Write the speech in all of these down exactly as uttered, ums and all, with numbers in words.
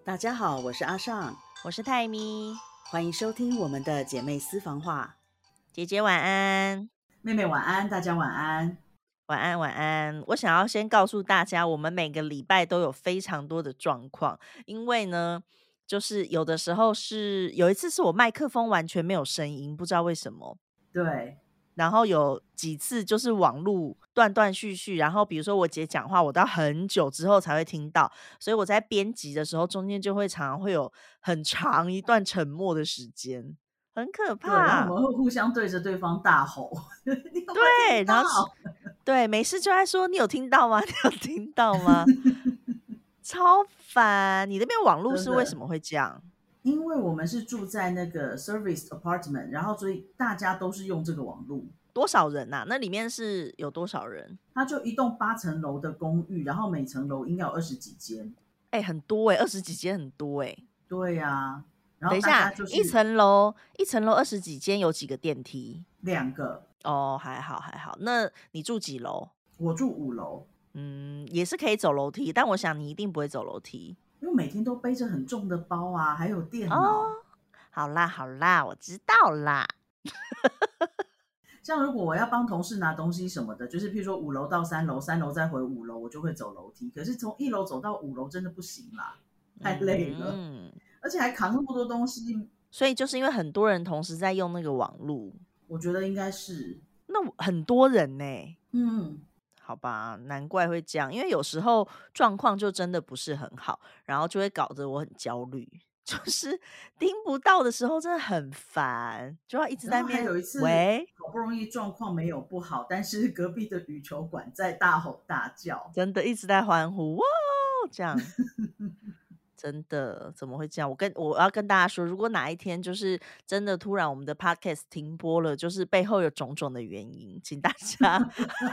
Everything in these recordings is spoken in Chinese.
大家好，我是阿尚， 我是泰咪， 欢迎收听我们的姐妹私房话。 姐姐晚安， 妹妹晚安，大家晚安。 晚安晚安。我想要先告诉大家，我们每个礼拜都有非常多的状况，因为呢，就是有的时候是有一次是我麦克风完全没有声音，不知道为什么。 对， 然后有几次就是网路断断续续，然后比如说我姐讲话，我到很久之后才会听到，所以我在编辑的时候，中间就会常常会有很长一段沉默的时间，很可对，然后我怕。 们会互相对着对方大吼：“你有没有听对，然后到？” 对，没事就在说你有听到吗？你有听到吗？超烦！你那边网路真的， 是为什么会这样？ 因为我们是住在那个 service apartment，然后所以大家都是用这个网路。 多少人呐、啊？那里面是有多少人？ 它就一栋八层楼的公寓，然后每层楼应该有二十几间。 哎、欸，很多哎、欸，二十几间很多哎、欸。 对呀、啊，然后大等一下，一家就是层楼一层楼二十几间，有几个电梯？ 两个。 哦，还好还好。那你住几楼？ 我住五楼。 嗯，也是可以走楼梯，但我想你一定不会走楼梯。 因为每天都背着很重的包啊，还有电脑。 哦，好啦好啦，我知道啦。 像如果我要帮同事拿东西什么的，就是譬如说五楼到三楼，三楼再回五楼，我就会走楼梯。可是从一楼走到五楼真的不行啦，太累了， 嗯， 而且还扛那么多东西。 所以就是因为很多人同时在用那个网路， 我觉得应该是， 那很多人呢、欸。 嗯， 好吧，难怪会这样，因为有时候状况就真的不是很好，然后就会搞得我很焦虑，就是听不到的时候真的很烦，就要一直然在那边后还有一次， 喂， 好不容易状况没有不好，但是隔壁的羽球馆在大吼大叫。 真的一直在欢呼哇，这样真的怎么会这样？我跟我要跟大家说，如果哪一天就是真的突然我们的 podcast 停播了，就是背后有种种的原因，请大家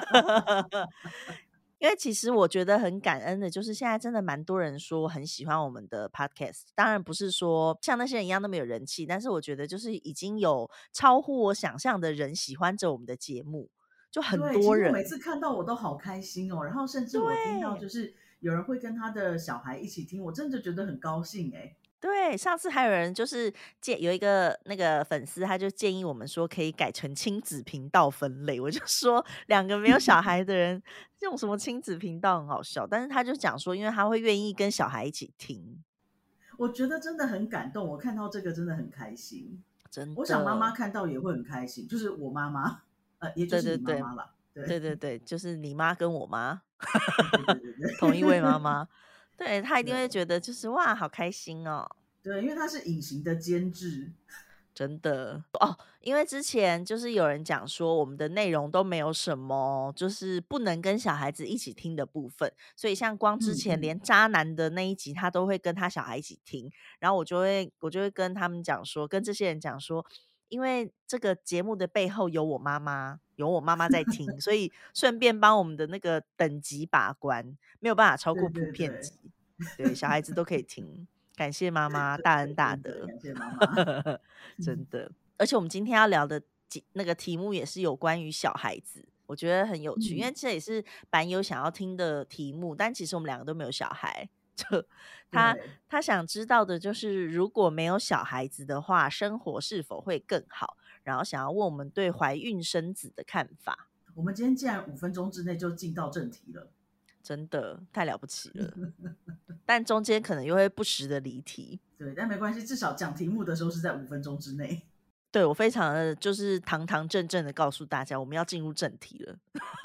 因为其实我觉得很感恩的，就是现在真的蛮多人说很喜欢我们的 podcast，当然不是说像那些人一样那么有人气，但是我觉得就是已经有超乎我想象的人喜欢着我们的节目，就很对，其多人。 实我每次看到我都好开心哦，然后甚至我听到对就是有人会跟他的小孩一起听，我真的觉得很高兴哎。 对，上次还有人就是建有一个那个粉丝，他就建议我们说可以改成亲子频道分类，我就说两个没有小孩的人用什么亲子频道很好笑，但是他就讲说，因为他会愿意跟小孩一起听， 我觉得真的很感动，我看到这个真的很开心。 真我想妈妈的， 看到也会很开心，就是我妈妈，呃，也就是你妈对对对妈啦。对， 对对对，就是你妈跟我妈对对对对同一位妈对妈，对他一定会对觉得就是哇，好开心哦。 对，因为它是隐形的监制。 真的哦，因为之前就是有人讲说我们的内容都没有什么，就是不能跟小孩子一起听的部分，所以像光之嗯嗯， 前连渣男的那一集，他都会跟他小孩一起听，然后我就会我就会跟他们讲说，跟这些人讲说，因为这个节目的背后有我妈妈，有我妈妈在听，所以顺便帮我们的那个等级把关，没有办法超过对普对对遍级，对，小孩子都可以听。感谢妈妈，大恩大真的， 德， 感谢妈妈。 真的。而且我们今天要聊的几那个题目也是有关于小孩子，我觉得很有趣，因为嗯， 这也是版友想要听的题目，但其实我们两个都没有小孩，就他对， 他想知道的就是如果没有小孩子的话，生活是否会更好？然后想要问我们对怀孕生子的看法， 我们今天竟然五分钟之内就进到正题了。 真的太了不起了。但中间可能又会不时的离题， 对，但没关系，至少讲题目的时候是在五分钟之内。 对，我非常的就是堂堂正正的告诉大家，我们要进入正题了。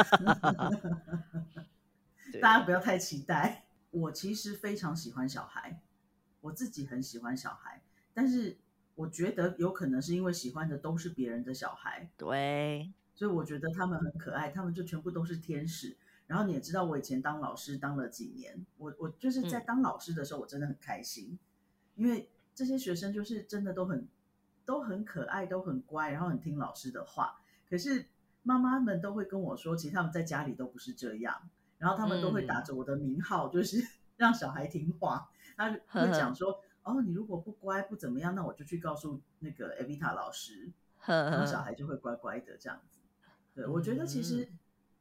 对， 大家不要太期待。我其实非常喜欢小孩，我自己很喜欢小孩，但是我觉得有可能是因为喜欢的都是别人的小孩， 对， 所以我觉得他们很可爱，他们就全部都是天使。然后你也知道，我以前当老师当了几年，我我就是在嗯， 当老师的时候，我真的很开心，因为这些学生就是真的都很都很可爱，都很乖，然后很听老师的话。可是妈妈们都会跟我说，其实他们在家里都不是这样，然后他们都会打嗯， 着我的名号，就是让小孩听话。他会讲呵呵说，哦，你如果不乖不怎么样，那我就去告诉那个 Evita 老师， 呵然后小呵， 孩就会乖乖的这样子。对，我觉得其嗯， 实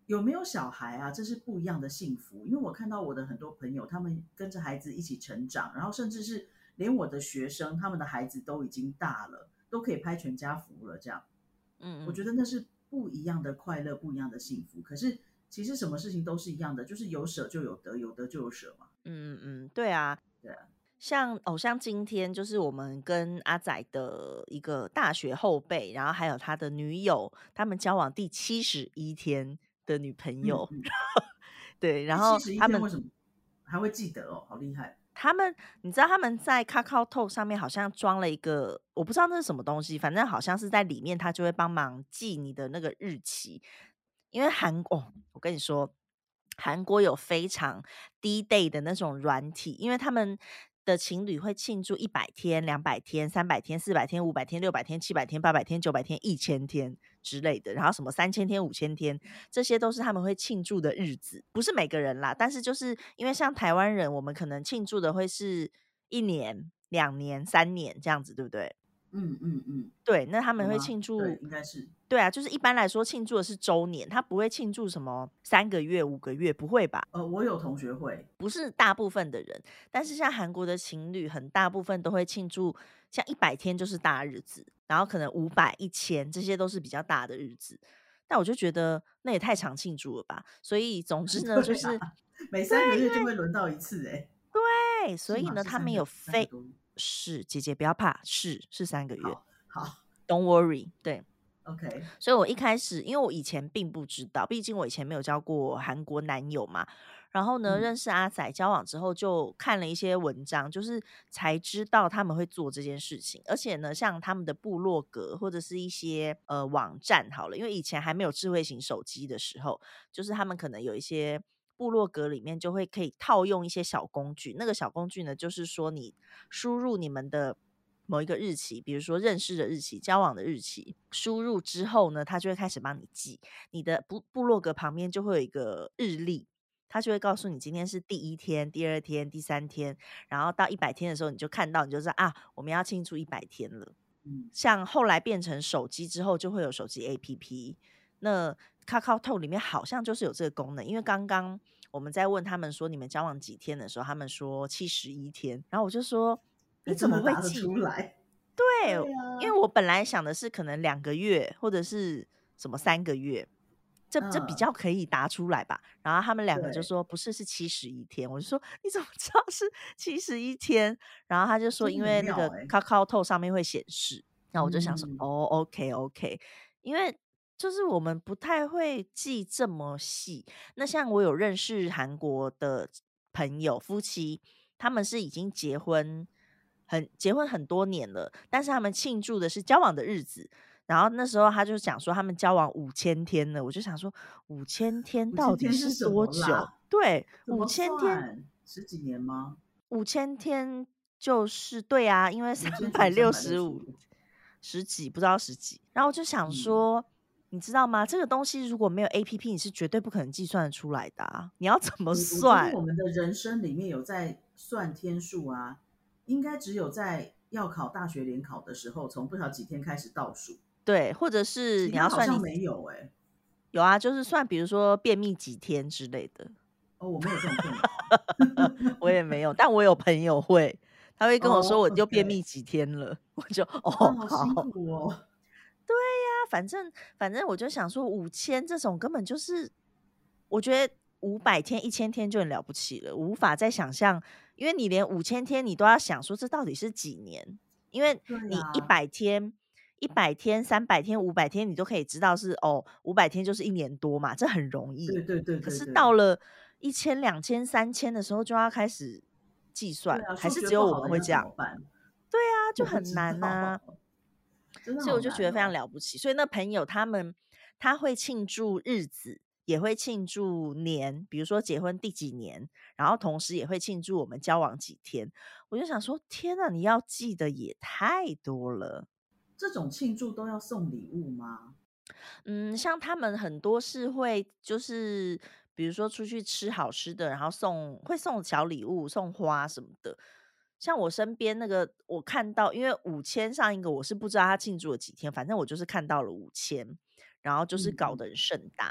有没有小孩啊，这是不一样的幸福。因为我看到我的很多朋友，他们跟着孩子一起成长，然后甚至是连我的学生，他们的孩子都已经大了，都可以拍全家福了。这样，我嗯嗯觉得那是不一样的快乐，不一样的幸福。可是其实什么事情都是一样的，就是有舍就有得，有得就有舍嘛。 嗯嗯嗯，对啊。 对啊， 像哦，像今天就是我们跟阿仔的一个大学后辈，然后还有他的女友，他们交往第七十一天的女朋友， 嗯嗯， 对，然第七十一后他们天为什么还会记得哦？好厉害！ 他们，你知道他们在 KakaoTalk 上面好像装了一个，我不知道那是什么东西，反正好像是在里面，他就会帮忙记你的那个日期。因为韩国，哦我跟你说，韩国有非常 D day 的那种软体，因为他们的情侣会庆祝一百天、两百天、三百天、四百天、五百天、六百天、七百天、八百天、九百天、一千天之类的，然后什么三千天、五千天，这些都是他们会庆祝的日子。不是每个人啦，但是就是因为像台湾人，我们可能庆祝的会是一年、两年、三年这样子，对不对？ 嗯嗯嗯， 对，那他们会有吗？对， 庆祝， 应该是。 对啊，就是一般来说庆祝的是周年，他不会庆祝什么三个月、五个月，不会吧？ 呃，我有同学会。 不是大部分的人，但是像韩国的情侣，很大部分都会庆祝，像一百天就是大日子，然后可能五百、一千这些都是比较大的日子。但我就觉得那也太常庆祝了吧，所以总之呢，就对啊， 是每三个月就会轮到一次，哎， 对，所是吗？ 以呢，他们是三个有非三个多月？ 是姐姐不要怕，是是三个月好，好 ，Don't worry，对。 ，OK， 所以我一开始，因为我以前并不知道，毕竟我以前没有交过韩国男友嘛。然后呢， 嗯认识阿仔交往之后，就看了一些文章，就是才知道他们会做这件事情。而且呢，像他们的部落格或者是一些呃网站，好了，因为以前还没有智慧型手机的时候，就是他们可能有一些部落格里面就会可以套用一些小工具。那个小工具呢，就是说你输入你们的某一个日期，比如说认识的日期、交往的日期，输入之后呢，它就会开始帮你记。你的部部落格旁边就会有一个日历，它就会告诉你今天是第一天、第二天、第三天，然后到一百天的时候，你就看到，你就知道啊，我们要庆祝一百天了。 嗯， 像后来变成手机之后，就会有手机 A P P。那 KakaoTalk 里面好像就是有这个功能，因为刚刚我们在问他们说你们交往几天的时候，他们说七十一天，然后我就说你还怎么真的答得会记？ 出来。 对， 对呀， 因为我本来想的是可能两个月或者是什么三个月，这这比嗯， 较可以答出来吧。然后他们两个就对， 说不是，是七十一天。我就说你怎么知道是七十一天？然后他就说真的很因为那个妙哎。 KakaoTalk 上面会显示。那我就想说嗯， 哦，OK OK，因为就是我们不太会记这么细。那像我有认识韩国的朋友夫妻，他们是已经结婚很结婚很多年了，但是他们庆祝的是交往的日子。然后那时候他就讲说他们交往五千天了，我就想说五千天五千到底是天是什多久？ 么啦？ 对，五怎么千天， 算？十几年吗？ 五千天就是对啊，因为三五千除以三百六百六十五十五。 十几，不知道十几。然后我就想嗯， 说，你知道吗？这个东西如果没有 A P P，你是绝对不可能计算得出来的啊！你要怎么我我觉得算？ 我们的人生里面有在算天数啊，应该只有在要考大学联考的时候，从不晓几天开始倒数， 对，或者是其他你要算你好像没有哎、 有啊，就是算比如说便秘几天之类的。 哦，我没有这种困扰。 我也没有，但我有朋友会，他会跟我说哦我又便秘 ，OK， 几天了，我就啊， 哦好辛好。 苦哦。 啊，反正反正我就想说，五千这种根本就是，我觉得五百天、一千天就很了不起了，无法再想象，因为你连五千天你都要想说这到底是几年，因为对你一呀、 百天、一百天、三百天、五百天，你都可以知道是哦，五百天就是一年多嘛，这很容易。 对对对可是对对到了一千、两千、三千的时候，就要开始计算， 对啊， 还数学是只有我不好的要们会这样？ 怎么办？ 对啊，就很我不知难呐、 道，真的所以我好就觉得非常难哦。 了不起。所以那朋友他们他会庆祝日子，也会庆祝年，比如说结婚第几年，然后同时也会庆祝我们交往几天。我就想说，天哪，你要记得也太多了。 这种庆祝都要送礼物吗？ 嗯，像他们很多是会就是比如说出去吃好吃的，然后送会送小礼物、送花什么的。像我身边那个，我看到，因为五千上一个我是不知道他庆祝了几天，反正我就是看到了五千，然后就是嗯嗯， 搞得很盛大。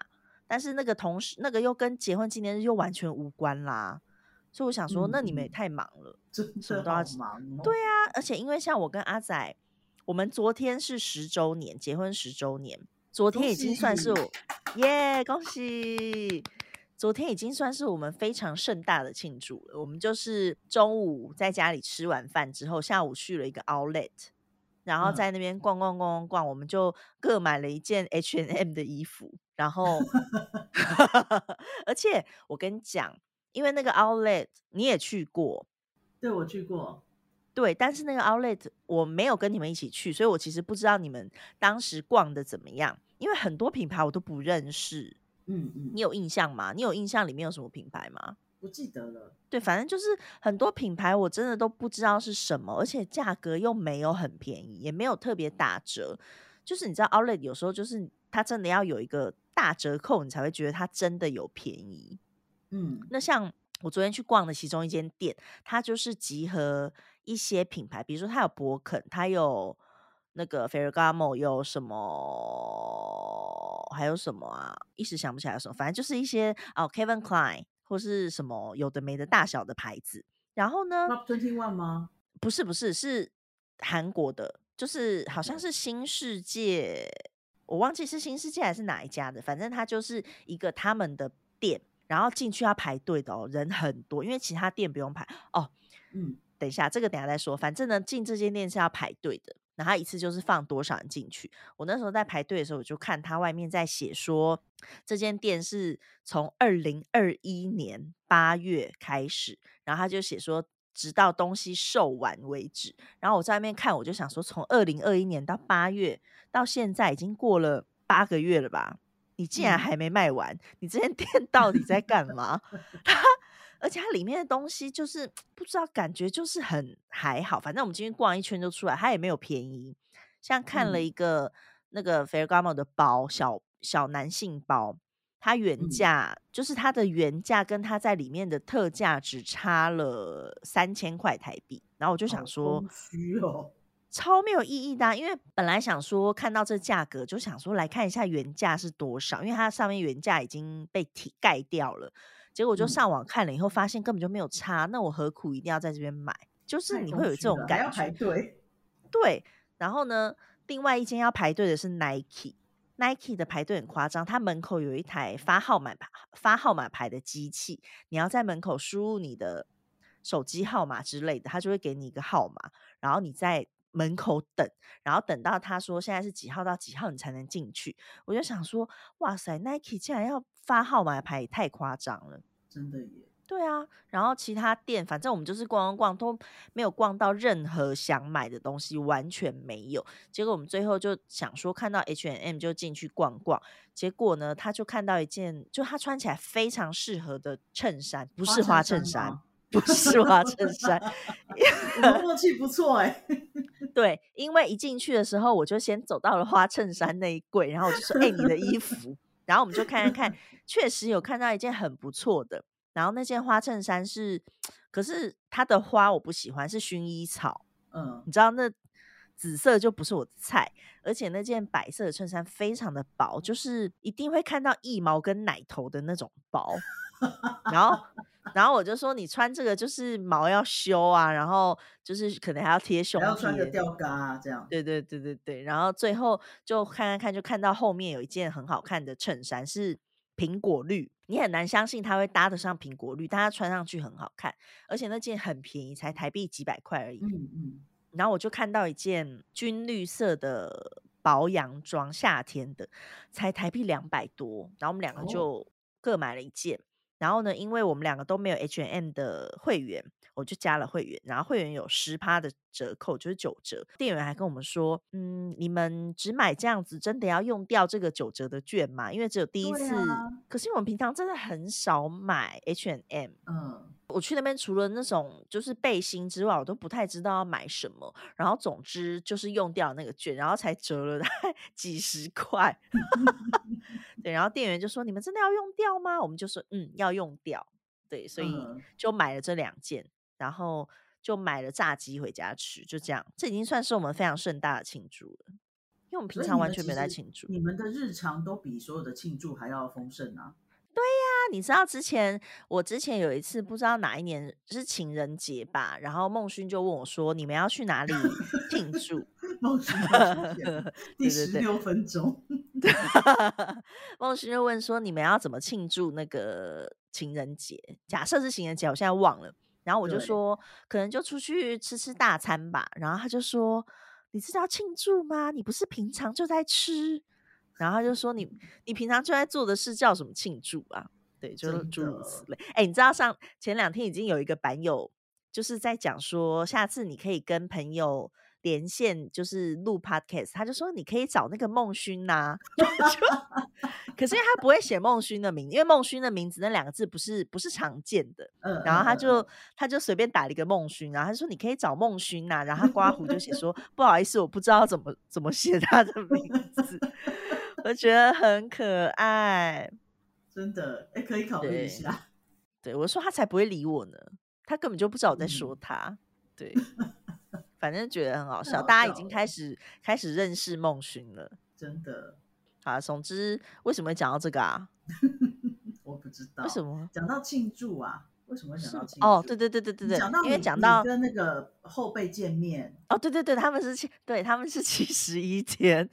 但是那个同时那个又跟结婚纪念日又完全无关啦，所以我想说， 嗯那你们也嗯， 太忙了， 真什么都要。 的好忙对哦。 啊，而且因为像我跟阿仔，我们昨天是十周年，结婚十周年，昨恭天已经算是喜！ 我耶恭喜！昨天已经算是我们非常盛大的庆祝了。我们就是中午在家里吃完饭之后，下午去了一个 outlet，然后嗯， 在那边逛逛逛逛逛，我们就各买了一件 H and M 的衣服，然后而且我跟你讲，因为那个 outlet 你也去过。 对，我去过。 对，但是那个 outlet 我没有跟你们一起去，所以我其实不知道你们当时逛的怎么样，因为很多品牌我都不认识。 嗯嗯， 你有印象吗？你有印象里面有什么品牌吗？ 不记得了。 对，反正就是很多品牌我真的都不知道是什么，而且价格又没有很便宜，也没有特别打折。就是你知道 outlet 有时候就是它真的要有一个大折扣，你才会觉得它真的有便宜。 嗯， 那像我昨天去逛的其中一间店，它就是集合一些品牌，比如说它有博肯，它有那个 Ferragamo，有什么，还有什么啊？一时想不起来有什么，反正就是一些哦 Kevin Klein 或是什么有的没的大小的牌子。然后呢， Club Twenty One 吗不是不是是韩国的，就是好像 ？OK， 是新世界，我忘记是新世界还是哪一家的，反正它就是一个他们的店，然后进去要排队的哦，人很多，因为其他店不用排哦。 嗯， 等一下，这个等一下再说。反正呢，进这间店是要排队的，然后他一次就是放多少人进去。我那时候在排队的时候，我就看他外面在写说，这间店是从二零二一年八月开始，然后他就写说，直到东西售完为止。然后我在外面看，我就想说，从二零二一年到八月到现在，已经过了八个月了吧？你竟然嗯， 还没卖完，你这间店到底在干嘛？它而且它里面的东西就是不知道，感觉就是很还好，反正我们进去逛一圈就出来，它也没有便宜。像看了嗯， 一个那个 Ferragamo 的包，小小男性包，它原嗯， 价就是它的原价跟它在里面的特价只差了三千块台币，然后我就想好说， 空虚哦。 超没有意义的啊，因为本来想说看到这价格就想说来看一下原价是多少，因为它上面原价已经被提盖掉了，结果就嗯， 上网看了以后发现根本就没有差，那我何苦一定要在这边买？就是太你会有这种空虚了，还要排感觉。 队。 对，然后呢，另外一间要排队的是 Nike。Nike 的排队很夸张，它门口有一台发号码牌发号码牌的机器，你要在门口输入你的手机号码之类的，它就会给你一个号码，然后你在门口等，然后等到他说现在是几号到几号你才能进去。我就想说，哇塞，Nike 竟然要发号码牌，也太夸张了。 真的耶。 对啊，然后其他店，反正我们就是逛逛逛，都没有逛到任何想买的东西，完全没有。结果我们最后就想说，看到 H and M 就进去逛逛。结果呢，他就看到一件，就他穿起来非常适合的衬衫，不是花花衬衫衬衫， 吗？ 不是花衬衫。 我们默契不错哎。 对，因为一进去的时候，我就先走到了花衬衫那一柜，然后我就说：“哎、你的衣服。”然后我们就看看看，确实有看到一件很不错的。然后那件花衬衫是，可是它的花我不喜欢，是薰衣草， 嗯， 你知道那紫色就不是我的菜，而且那件白色的衬衫非常的薄，就是一定会看到腋毛跟奶头的那种薄。然后，然后我就说你穿这个就是毛要修啊，然后就是可能还要贴还要胸贴。 穿个吊嘎啊，这样。 对对对对对，然后最后就看看看，就看到后面有一件很好看的衬衫，是苹果绿，你很难相信它会搭得上苹果绿，但它穿上去很好看，而且那件很便宜，才台币几百块而已。 嗯嗯， 然后我就看到一件军绿色的薄洋装，夏天的，才台币两百多，然后我们两个哦， 就各买了一件。然后呢，因为我们两个都没有 H and M 的会员，我就加了会员，然后会员有十趴的折扣，就是九折。店员还跟我们说，嗯，你们只买这样子，真的要用掉这个九折的券吗？因为只有第一对次， 啊， 可是我们平常真的很少买 H and M。 嗯， 我去那边除了那种就是背心之外，我都不太知道要买什么。然后总之就是用掉那个券，然后才折了大概几十块。对，然后店员就说：“你们真的要用掉吗？”我们就说：“嗯，要用掉。”对，所以嗯， 就买了这两件，然后就买了炸鸡回家吃，就这样。这已经算是我们非常盛大的庆祝了。因因为我们平所以常完全没有在你们其实庆祝。 你们的日常都比所有的庆祝还要丰盛啊。 那你知道之前我之前有一次不知道哪一年是情人节吧，然后孟勋就问我说：“你们要去哪里庆祝？” 梦勋又出现了，第对对对， 十六分钟。 孟勋就问说：“你们要怎么庆祝那个情人节？假设是情人节，我现在忘了。”然后我就对， 说：“可能就出去吃吃大餐吧。”然后他就说：“你知道庆祝吗？你不是平常就在吃。”然后他就说：“你你平常就在做的事叫什么庆祝啊？”对，就是真诸如此的， 类。哎，你知道上前两天已经有一个版友就是在讲说，下次你可以跟朋友连线，就是录 podcast。他就说你可以找那个孟勋呐、就可是因为他不会写孟勋的名，因为孟勋的名字那两个字不是不是常见的。 嗯然后他就嗯嗯嗯， 他就随便打了一个孟勋，然后他就说你可以找孟勋呐、然后他刮胡就写说不好意思，我不知道怎么怎么写他的名字，我觉得很可爱。 真的，哎，可以考虑一对下。 对，我说他才不会理我呢，他根本就不知道我在说嗯， 他。对，反正觉得很好太笑， 好笑大家已经开了， 始开始认识孟勋了。 真的， 好，总之为什么会讲到这个啊？ 我不知道。 为什么？ 讲到庆祝啊，为什么会讲是哦， 到庆祝？ 对对对对对你对，因为讲到你讲到你跟那个后辈见面， 哦，对对对，他们是七，对他们是七十一天。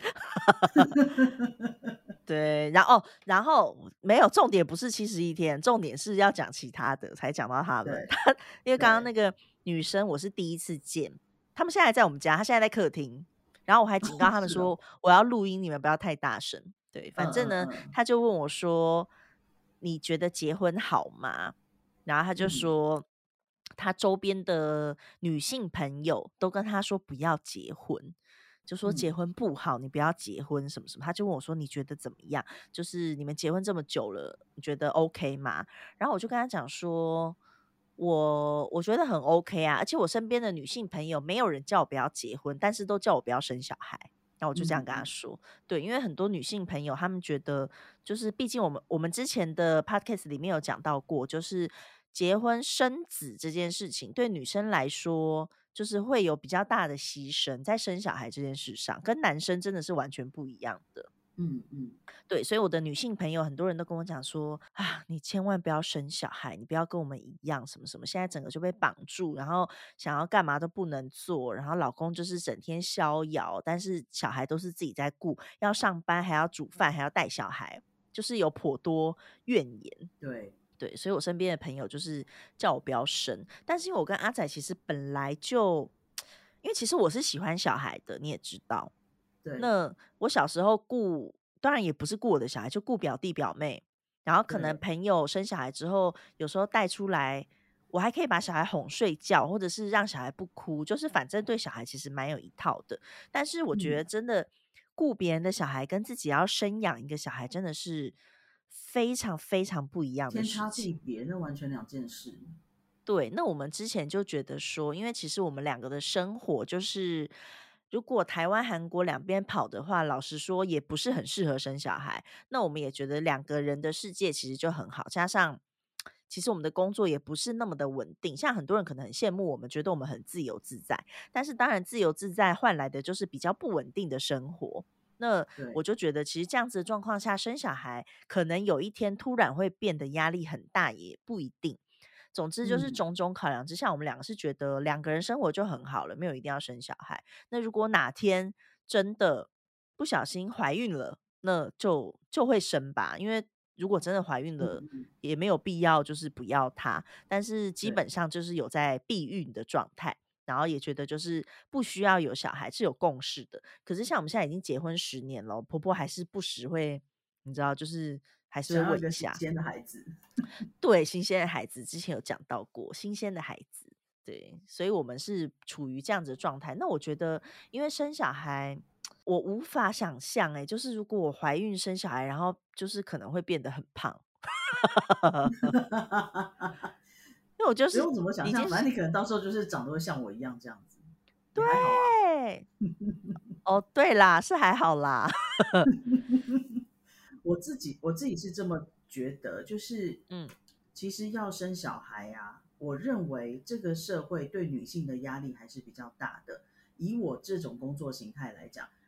对，然后然后没有重点，不是七十一天，重点是要讲其他的，才讲到他们。 对他因为刚刚对， 那个女生我是第一次见，他们现在还在我们家，她现在在客厅，然后我还警告他们是哦， 说我要录音，你们不要太大声。对， 嗯反正呢， 嗯嗯他就问我说：“你觉得结婚好吗？”然后他就嗯说，他周边的女性朋友都跟他说不要结婚，就说结嗯婚不好，你不要结婚什么什么。他就问我说：“你觉得怎么样？就是你们结婚这么久了，你觉得 OK 吗？”然后我就跟他讲说：“我我觉得很 OK 啊，而且我身边的女性朋友没有人叫我不要结婚，但是都叫我不要生小孩。”然后我就这样跟他嗯嗯， 说，对，因为很多女性朋友她们觉得，就是毕竟我们我们之前的 podcast 里面有讲到过，就是结婚生子这件事情对女生来说，就是会有比较大的牺牲，在生小孩这件事上，跟男生真的是完全不一样的。 嗯嗯， 对，所以我的女性朋友很多人都跟我讲说啊，你千万不要生小孩，你不要跟我们一样什么什么，现在整个就被绑住，然后想要干嘛都不能做，然后老公就是整天逍遥，但是小孩都是自己在顾，要上班还要煮饭还要带小孩，就是有颇多怨言。 对对，所以我身边的朋友就是叫我不要生，但是因为我跟阿仔其实本来就，因为其实我是喜欢小孩的，你也知道。 对那我小时候顾，当然也不是顾我的小孩，就顾表弟表妹。然后可能对， 朋友生小孩之后，有时候带出来，我还可以把小孩哄睡觉，或者是让小孩不哭，就是反正对小孩其实蛮有一套的。但是我觉嗯， 得真的顾别人的小孩，跟自己要生养一个小孩，真的是非常非常不一样的天差地事情。 别，那完全两件事。 对，那我们之前就觉得说，因为其实我们两个的生活就是，如果台湾、韩国两边跑的话，老实说也不是很适合生小孩。那我们也觉得两个人的世界其实就很好，加上其实我们的工作也不是那么的稳定。像很多人可能很羡慕我们，觉得我们很自由自在，但是当然自由自在换来的就是比较不稳定的生活。那我对， 就觉得，其实这样子的状况下生小孩，可能有一天突然会变得压力很大，也不一定。总之就是嗯种种考量之下，我们两个是觉得两个人生活就很好了，没有一定要生小孩。那如果哪天真的不小心怀孕了，那就就会生吧，因为如果真的怀孕了， 嗯嗯， 也没有必要就是不要他。但是基对， 本上就是有在避孕的状态，然后也觉得就是不需要有小孩是有共识的。可是像我们现在已经结婚十年了，婆婆还是不时会，你知道，就是还是会想要一个问一下。 新鲜的孩子。 对，新鲜的孩子之前有讲到过，新鲜的孩子，对，所以我们是处于这样子的状态。那我觉得，因为生小孩，我无法想象，哎，就是如果我怀孕生小孩，然后就是可能会变得很胖，因为我就是不用怎么想象， 已经是反正你可能到时候就是长得会像我一样这样子，也还好啊。 对，哦，对啦，是还好啦。 我自己我自己是这么觉得，就是嗯其实要生小孩啊，我认为这个社会对女性的压力还是比较大的。以我这种工作形态来讲，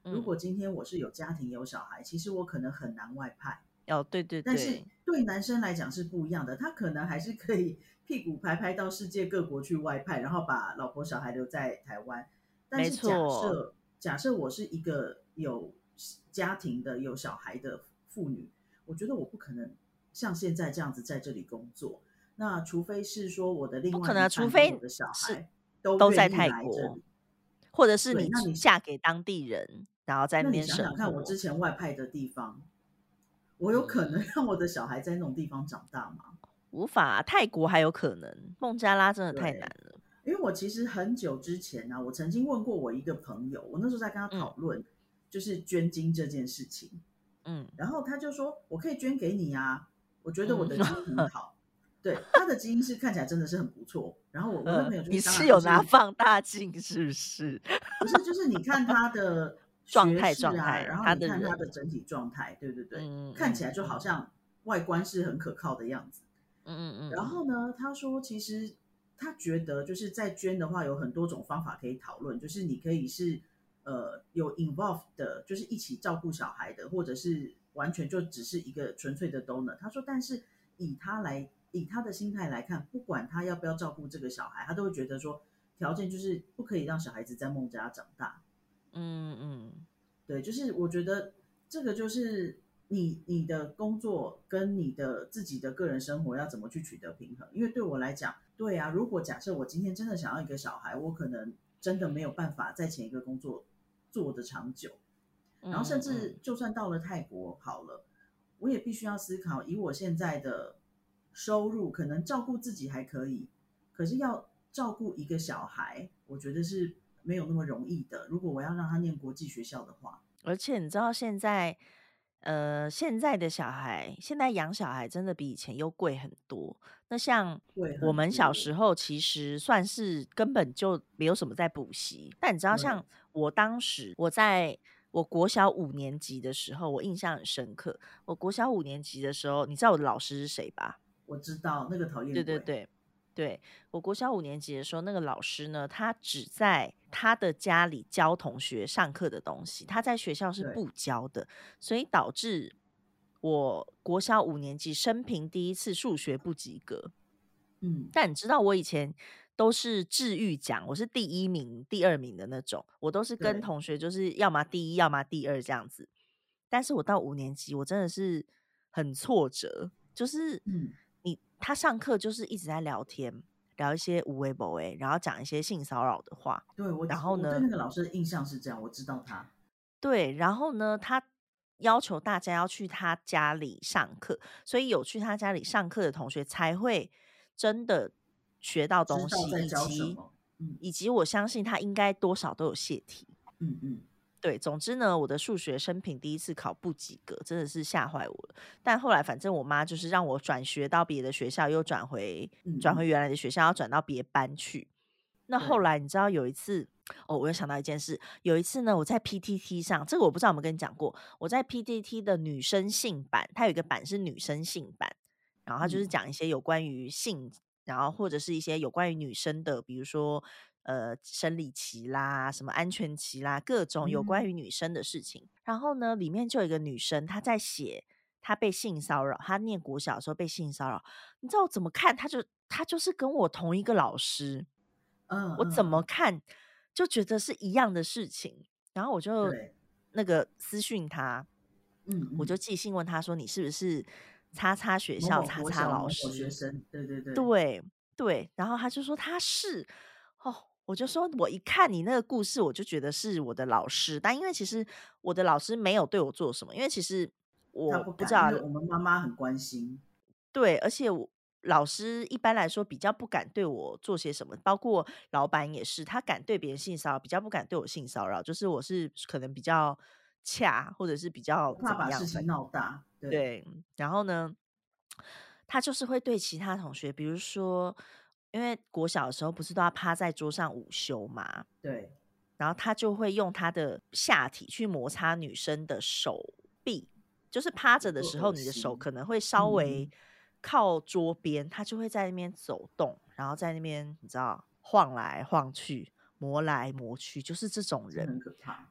如嗯， 果今天我是有家庭有小孩，其实我可能很难外派。 哦，对对但是对， 对男生来讲是不一样的，他可能还是可以屁股拍拍到世界各国去外派，然后把老婆小孩留在台湾。但没是假错， 设假设我是一个有家庭的、有小孩的妇女，我觉得我不可能像现在这样子在这里工作。那除非是说我的另不可能啊， 外一除非半跟我的小是孩都都在愿意泰国， 来这里。 或者是对， 你那你嫁给当地人，然后在那那你边想想看，我生活。 之前外派的地方，我有可能嗯， 让我的小孩在那种地方长大吗？ 无法啊，泰国还有可能，孟加拉真的太难对， 了。 因为我其实很久之前呢、啊，我曾经问过我一个朋友，我那时候在跟他嗯讨论就是捐精这件事情， 嗯然后他就说我可以捐给你啊，我觉得我嗯， 的基因很好，对，他的基因是看起来真的是很不错，然后我我那呃， 朋友就是当你是然就是有拿放大镜是不是？ 不是就是你看他的学状态识啊， 状态， 然后你看他他的人， 的整体状态，对对对， 嗯看起来就好嗯嗯像外观是很可靠的样子。 嗯嗯嗯然后呢，他说其实他觉得就是在捐的话有很多种方法可以讨论，就是你可以是呃有 involved 的，就是一起照顾小孩的，或者是完全就只是一个纯粹的 donor。他说，但是以他来以他的心态来看，不管他要不要照顾这个小孩，他都会觉得说条件就是不可以让小孩子在孟加拉长大。 嗯嗯对，就是我觉得这个就是你你的工作跟你的自己的个人生活要怎么去取得平衡。因为对我来讲，对啊，如果假设我今天真的想要一个小孩，我可能真的没有办法在前一个工作做得长久。然后甚嗯嗯嗯， 至就算到了泰国好了，我也必须要思考，以我现在的收入，可能照顾自己还可以，可是要照顾一个小孩，我觉得是没有那么容易的。如果我要让他念国际学校的话， 而且你知道现在，呃，现在的小孩，现在养小孩真的比以前又贵很多。那像会我们小很多。 时候，其实算是根本就没有什么在补习。但你知道，像对， 我当时我在我国小五年级的时候，我印象很深刻。我国小五年级的时候，你知道我的老师是谁吧？ 我知道那个讨厌鬼。 对对对对，我国小五年级的时候，那个老师呢，他只在他的家里教同学上课的东西，他在学校是对， 不教的，所以导致我国小五年级生平第一次数学不及格。 嗯， 但你知道我以前都是治愈奖，我是第一名、第二名的那种，我都是跟对， 同学就是要么第一，要么第二这样子。但是我到五年级，我真的是很挫折，就是嗯， 你他上课就是一直在聊天，聊一些无为不为，然后讲一些性骚扰的话， 对我然后呢， 我对那个老师的印象是这样，我知道他。 对，然后呢，他要求大家要去他家里上课，所以有去他家里上课的同学才会真的学到东西， 知道在以及教什么。嗯以及我相信他应该多少都有泄题。 嗯嗯对，总之呢，我的数学生平第一次考不及格，真的是吓坏我了。但后来反正我妈就是让我转学到别的学校，又转回转回嗯嗯， 原来的学校，要转到别班去。那后对来你知道有一次，哦，我又想到一件事，有一次呢，我在 P T T 上，这个我不知道有没有跟你讲过，我在 P T T 的女生性版，它有一个版是女生性版，然后它就是嗯讲一些有关于性，然后或者是一些有关于女生的，比如说呃生理期啦、什么安全期啦，各种有关嗯， 于女生的事情。然后呢，里面就有一个女生，她在写她被性骚扰，她念国小的时候被性骚扰，你知道我怎么看，她就她就是跟我同一个老师。 嗯我怎么嗯嗯， 看就觉得是一样的事情，然后我就对， 那个私讯他， 嗯嗯， 我就寄信问他说：“你是不是叉叉学某校叉叉某国小老师？” 某某学生，对对对， 对对，然后他就说他是哦，我就说我一看你那个故事，我就觉得是我的老师，但因为其实我的老师没有对我做什么，因为其实他不敢，因我不知道为我们妈妈很关心。 对，而且我老师一般来说比较不敢对我做些什么，包括老板也是，他敢对别人性骚扰，比较不敢对我性骚扰。就是我是可能比较恰，或者是比较不怕怎么样，反把事情闹大。对对。然后呢，他就是会对其他同学，比如说，因为国小的时候不是都要趴在桌上午休嘛， 对， 然后他就会用他的下体去摩擦女生的手臂，就是趴着的多时候，你的手恶心。 可能会稍微嗯嗯， 靠桌边，他就会在那边走动，然后在那边你知道晃来晃去，磨来磨去，就是这种人。 这很可怕。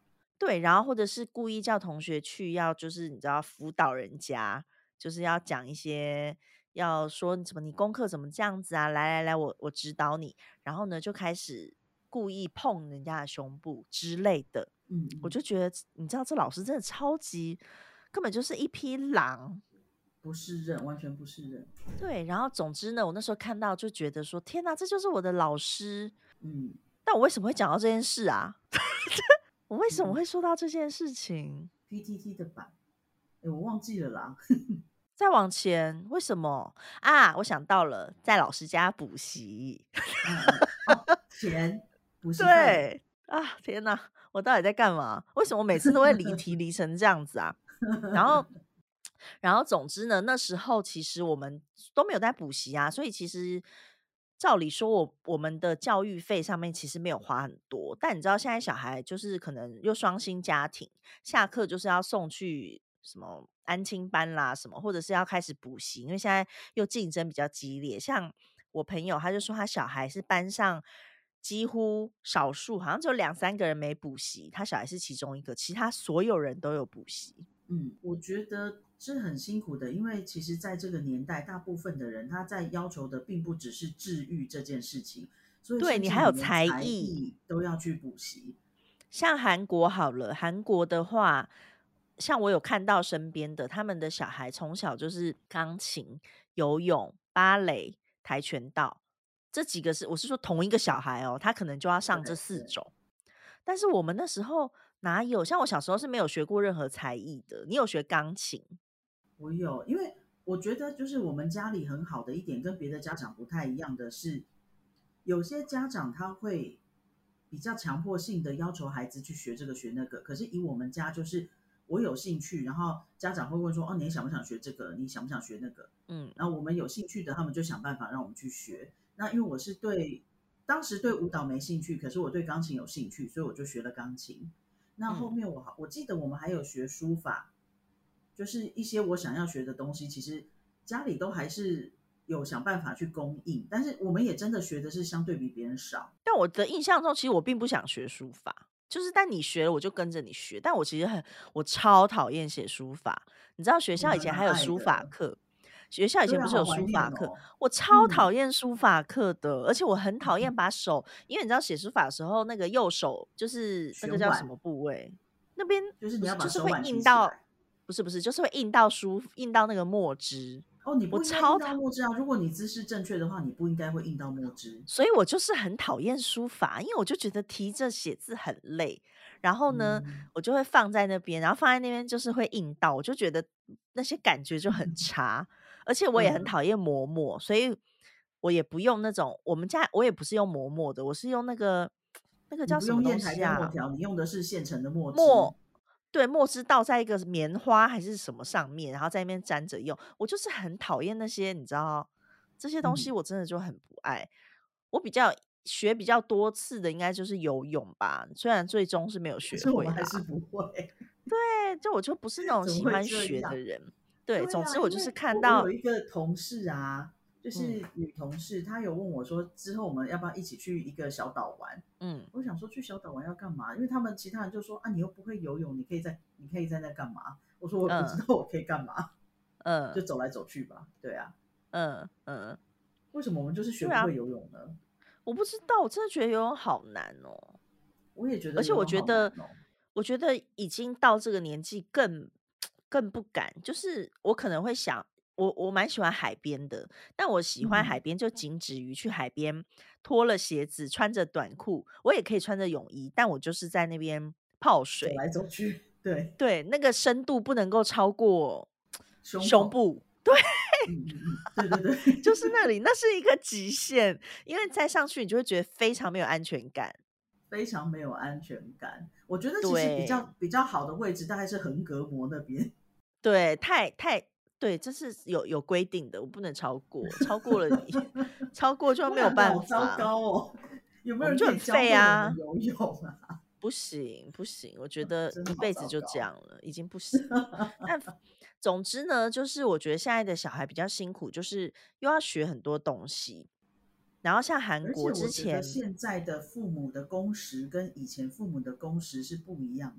对，然后或者是故意叫同学去要就是你知道辅导人家，就是要讲一些要说什么你功课怎么这样子啊，来来来，我我指导你，然后呢就开始故意碰人家的胸部之类的， 嗯嗯， 我就觉得你知道这老师真的超级根本就是一匹狼。 不是人，完全不是人。 对，然后总之呢，我那时候看到就觉得说，天哪，这就是我的老师。 嗯但我为什么会讲到这件事啊？我为什么嗯会说到这件事情？ ，P T T 的版，哎，我忘记了啦。 再往前，为什么啊？我想到了，在老师家补习。 嗯嗯，哦，钱，补习费。 对啊，天哪，我到底在干嘛？为什么每次都会离题离成这样子啊？然后，然后总之呢，那时候其实我们都没有在补习啊，所以其实照理说我我们的教育费上面其实没有花很多，但你知道现在小孩就是可能又双薪家庭，下课就是要送去什么安亲班啦什么，或者是要开始补习，因为现在又竞争比较激烈。像我朋友他就说他小孩是班上几乎少数好像只有两三个人没补习，他小孩是其中一个，其他所有人都有补习。 嗯，我觉得是很辛苦的，因为其实在这个年代，大部分的人他在要求的并不只是治愈这件事情，所以对， 甚你至你连还有才才艺， 艺都要去补习。 像韩国好了，韩国的话，像我有看到身边的，他们的小孩从小就是钢琴、游泳、芭蕾、跆拳道，这几个是我是说同一个小孩哦，他可能就要上这对对， 四种。但是我们那时候哪有？像我小时候是没有学过任何才艺的。你有学钢琴？ 我有，因为我觉得就是我们家里很好的一点，跟别的家长不太一样的是，有些家长他会比较强迫性的要求孩子去学这个学那个，可是以我们家就是我有兴趣，然后家长会问说，哦，你想不想学这个？你想不想学那个？ 嗯然后我们有兴趣的，他们就想办法让我们去学。那因为我是对当时对舞蹈没兴趣，可是我对钢琴有兴趣，所以我就学了钢琴。那后嗯。 面我好，我记得我们还有学书法，就是一些我想要学的东西，其实家里都还是有想办法去供应，但是我们也真的学的是相对比别人少。 但我的印象中，其实我并不想学书法，就是但你学了，我就跟着你学。但我其实很，我超讨厌写书法。你知道学校以我还蛮前还有书法爱的。 课，学校以前对啊， 不是有好怀书法课， 念哦。 我超嗯， 讨厌书法课的，而且我很讨厌把手，因为你知道写书法的时候，那个右手就是那个旋腕叫什么部位，那边就是你要不是就是会把手腕提印到， 起来。 不是不是，就是会印到书，印到那个墨汁， 哦，你我不应该印超讨到墨汁啊！如果你姿势正确的话，你不应该会印到墨汁。 所以我就是很讨厌书法，因为我就觉得提着写字很累。然后呢， 嗯我就会放在那边，然后放在那边就是会印到，我就觉得那些感觉就很差。而且我也很嗯， 讨厌磨墨，所以我也不用那种，我们家我也不是用磨墨的，我是用那个那个你叫什么东不用砚台西啊？ 跟墨条，你用的是现成的墨汁。 墨，对，墨汁倒在一个棉花还是什么上面，然后在那边沾着用。我就是很讨厌那些，你知道这些东西， 嗯， 我真的就很不爱。我比较学比较多次的应该就是游泳吧，虽然最终是没有学可是我们还会啦。 是不会。 对，就我就不是那种怎么会喜欢学的这样？ 人。对， 对啊， 总之我就是因为我我有看到， 一个同事啊，就嗯是女同事，她有问我说，之后我们要不要一起去一个小岛玩？ 嗯我想说去小岛玩要干嘛？因为他们其他人就说啊，你又不会游泳，你可以在你可以在那干嘛？我说我不知嗯道我可以干嘛，就嗯走来走去吧。对啊， 嗯嗯， 为什么我们就是学对啊， 不会游泳呢？ 我不知道，我真的觉得游泳好难哦。 我也觉而且我得游泳觉得， 好难哦。 我觉得已经到这个年纪更更不敢。就是我可能会想，我我蛮喜欢海边的，但我喜欢海嗯， 边就仅止于去海边脱了鞋子，穿着短裤，我也可以穿着泳衣，但我就是在那边泡水。 走来走去，对， 对，那个深度不能够超过胸口， 胸部，对， 嗯嗯嗯，对对对。 就是那里，那是一个极限，因为再上去你就会觉得非常没有安全感。 非常没有安全感。我觉得其实比对， 较比较好的位置大概是横膈膜那边。 对，太太对，这是有有规定的，我不能超过，超过了你，超过就不没有然的好糟办法， 糕哦。有没我们就很有人可以教废啊， 会我们游泳啊？ 不行不行，我觉得真的好一辈子就这糟糕。 样了，已经不行了。但总之呢，就是我觉得现在的小孩比较辛苦，就是又要学很多东西，然后像韩而且国我觉得之前， 现在的父母的工时跟以前父母的工时是不一样的。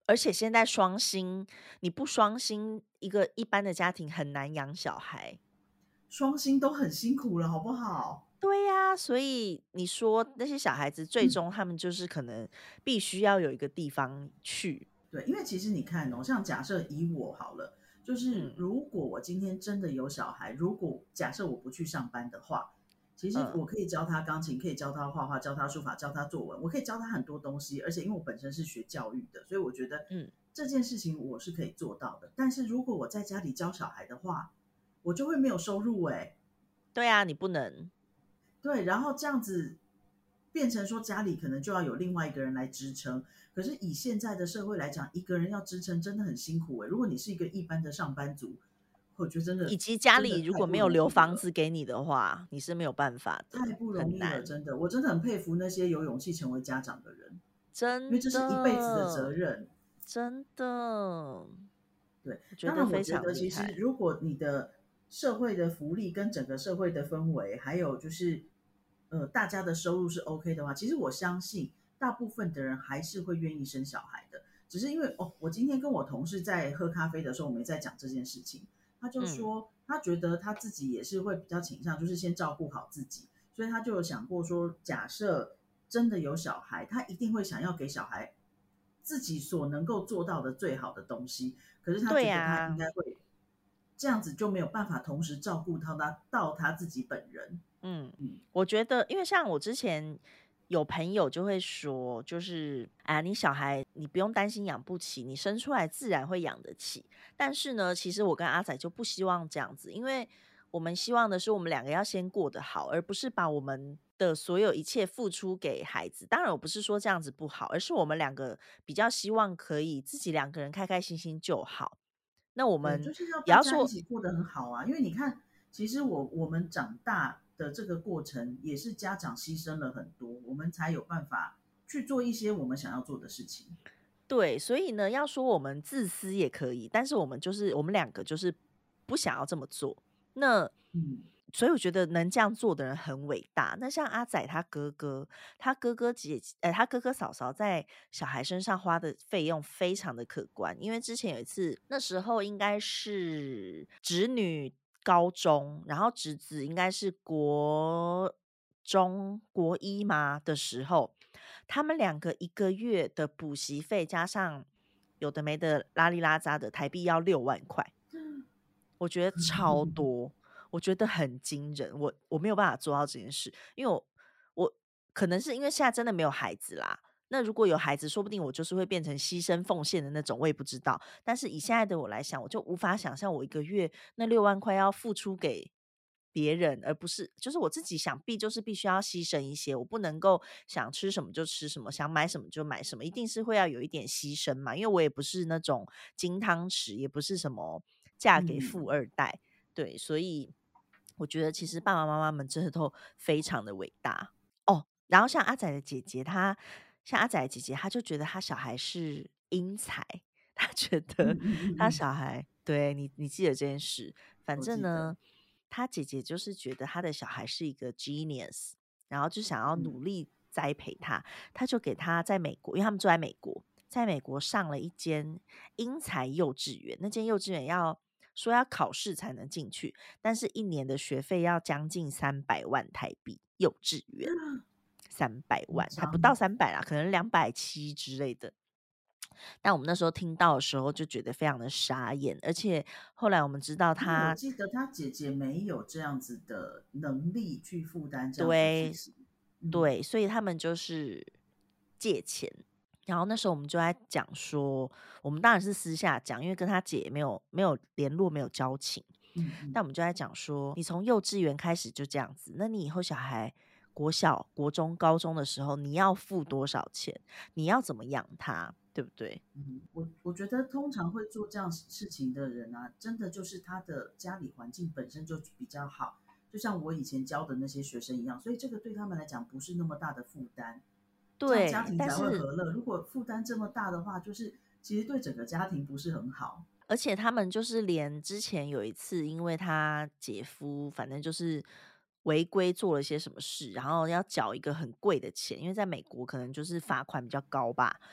而且现在双薪，你不双薪，一个一般的家庭很难养小孩。 双薪都很辛苦了，好不好？ 对呀，所以你说那些小孩子最终他们就是可能必须要有一个地方去。 对，因为其实你看哦，像假设以我好了，就是嗯如果我今天真的有小孩，如果假设我不去上班的话，其实嗯我可以教他钢琴，可以教他画画，教他书法，教他作文，我可以教他很多东西。而且因为我本身是学教育的，所以我觉得嗯， 这件事情我是可以做到的。但是如果我在家里教小孩的话，我就会没有收入哎。 对啊，你不能。 对，然后这样子变成说家里可能就要有另外一个人来支撑。可是以现在的社会来讲，一个人要支撑真的很辛苦诶。如果你是一个一般的上班族，我觉得真的以及家真的里如果没有太不容留房易了， 子给你的话，你是没有办法的， 太不容易了， 很难。 真的，我真的很佩服那些有勇气成为家长的人，因为真这是一辈子的责的， 任。 真的， 对， 我觉当然我得非觉得其实常厉害。 如果你的社会的福利跟整个社会的氛围，还有就是呃大家的收入是 OK 的话，其实我相信大部分的人还是会愿意生小孩的。只是因为哦，我今天跟我同事在喝咖啡的时候，我们也在讲这件事情，他就嗯， 说他觉得他自己也是会比较倾向，就是先照顾好自己，所以他就有想过说，假设真的有小孩，他一定会想要给小孩自己所能够做到的最好的东西。可是他对觉得他应呀， 该会这样子就没有办法同时照顾到他到他自己本人。 嗯， 嗯， 我觉得，因为像我之前有朋友就会说，就是啊，你小孩你不用担心养不起，你生出来自然会养得起。但是呢，其实我跟阿仔就不希望这样子，因为我们希望的是我们两个要先过得好，而不是把我们的所有一切付出给孩子。当然，我不是说这样子不好，而是我们两个比较希望可以自己两个人开开心心就好。那我对， 们就是要大家一也要说， 起过得很好啊。因为你看，其实我我们长大的这个过程，也是家长牺牲了很多，我们才有办法去做一些我们想要做的事情。 对，所以呢，要说我们自私也可以，但是我们就是我们两个就是不想要这么做。那嗯所以我觉得能这样做的人很伟大。那像阿仔他哥哥，他哥哥姐姐，呃，他哥哥嫂嫂在小孩身上花的费用非常的可观，因为之前有一次，那时候应该是侄女高中，然后侄子应该是国中国一嘛的时候，他们两个一个月的补习费加上有的没的拉里拉扎的台币要六万块，我觉得超多，我觉得很惊人。我我没有办法做到这件事，因为我我可能是因为现在真的没有孩子啦。那如果有孩子，说不定我就是会变成牺牲奉献的那种，我也不知道。但是以现在的我来想，我就无法想象我一个月那六万块要付出给别人，而不是就是我自己想必就是必须要牺牲一些，我不能够想吃什么就吃什么，想买什么就买什么，一定是会要有一点牺牲嘛。因为我也不是那种金汤匙，也不是什么嫁给富嗯， 二代，对，所以我觉得其实爸爸妈妈们真的都非常的伟大哦。然后像阿仔的姐姐，她像阿仔的姐姐，她就觉得她小孩是英才，她觉嗯得她嗯嗯嗯， 小孩，对你你记得这件事，反我记得。 正呢，她姐姐就是觉得她的小孩是一个 genius，然后就想要嗯， 努力栽培他，他就给他在美国，因为他们住在美国，在美国上了一间英才幼稚园，那间幼稚园要说要考试才能进去，但是一年的学费要将近三百万台币，幼稚园三百夸万还不到张。 三百啦，可能两百七之类的。但我们那时候听到的时候就觉得非常的傻眼，而且后来我们知道因为我他记得他姐姐没有这样子的能力去负担这样子的学对习。嗯对，所以他们就是借钱。然后那时候我们就在讲说，我们当然是私下讲，因为跟他姐也没有没有联络，没有交情。 嗯嗯但我们就在讲说，你从幼稚园开始就这样子，那你以后小孩国小、国中、高中的时候，你要付多少钱？你要怎么养他，对不对？ 嗯，我我觉得通常会做这样事情的人啊，真的就是他的家里环境本身就比较好，就像我以前教的那些学生一样，所以这个对他们来讲不是那么大的负担，这样家对， 庭才会但是和乐。如果负担这么大的话，就是其实对整个家庭不是很好。 而且他们就是连之前有一次，因为他姐夫反正就是违规做了些什么事，然后要缴一个很贵的钱，因为在美国可能就是罚款比较高吧。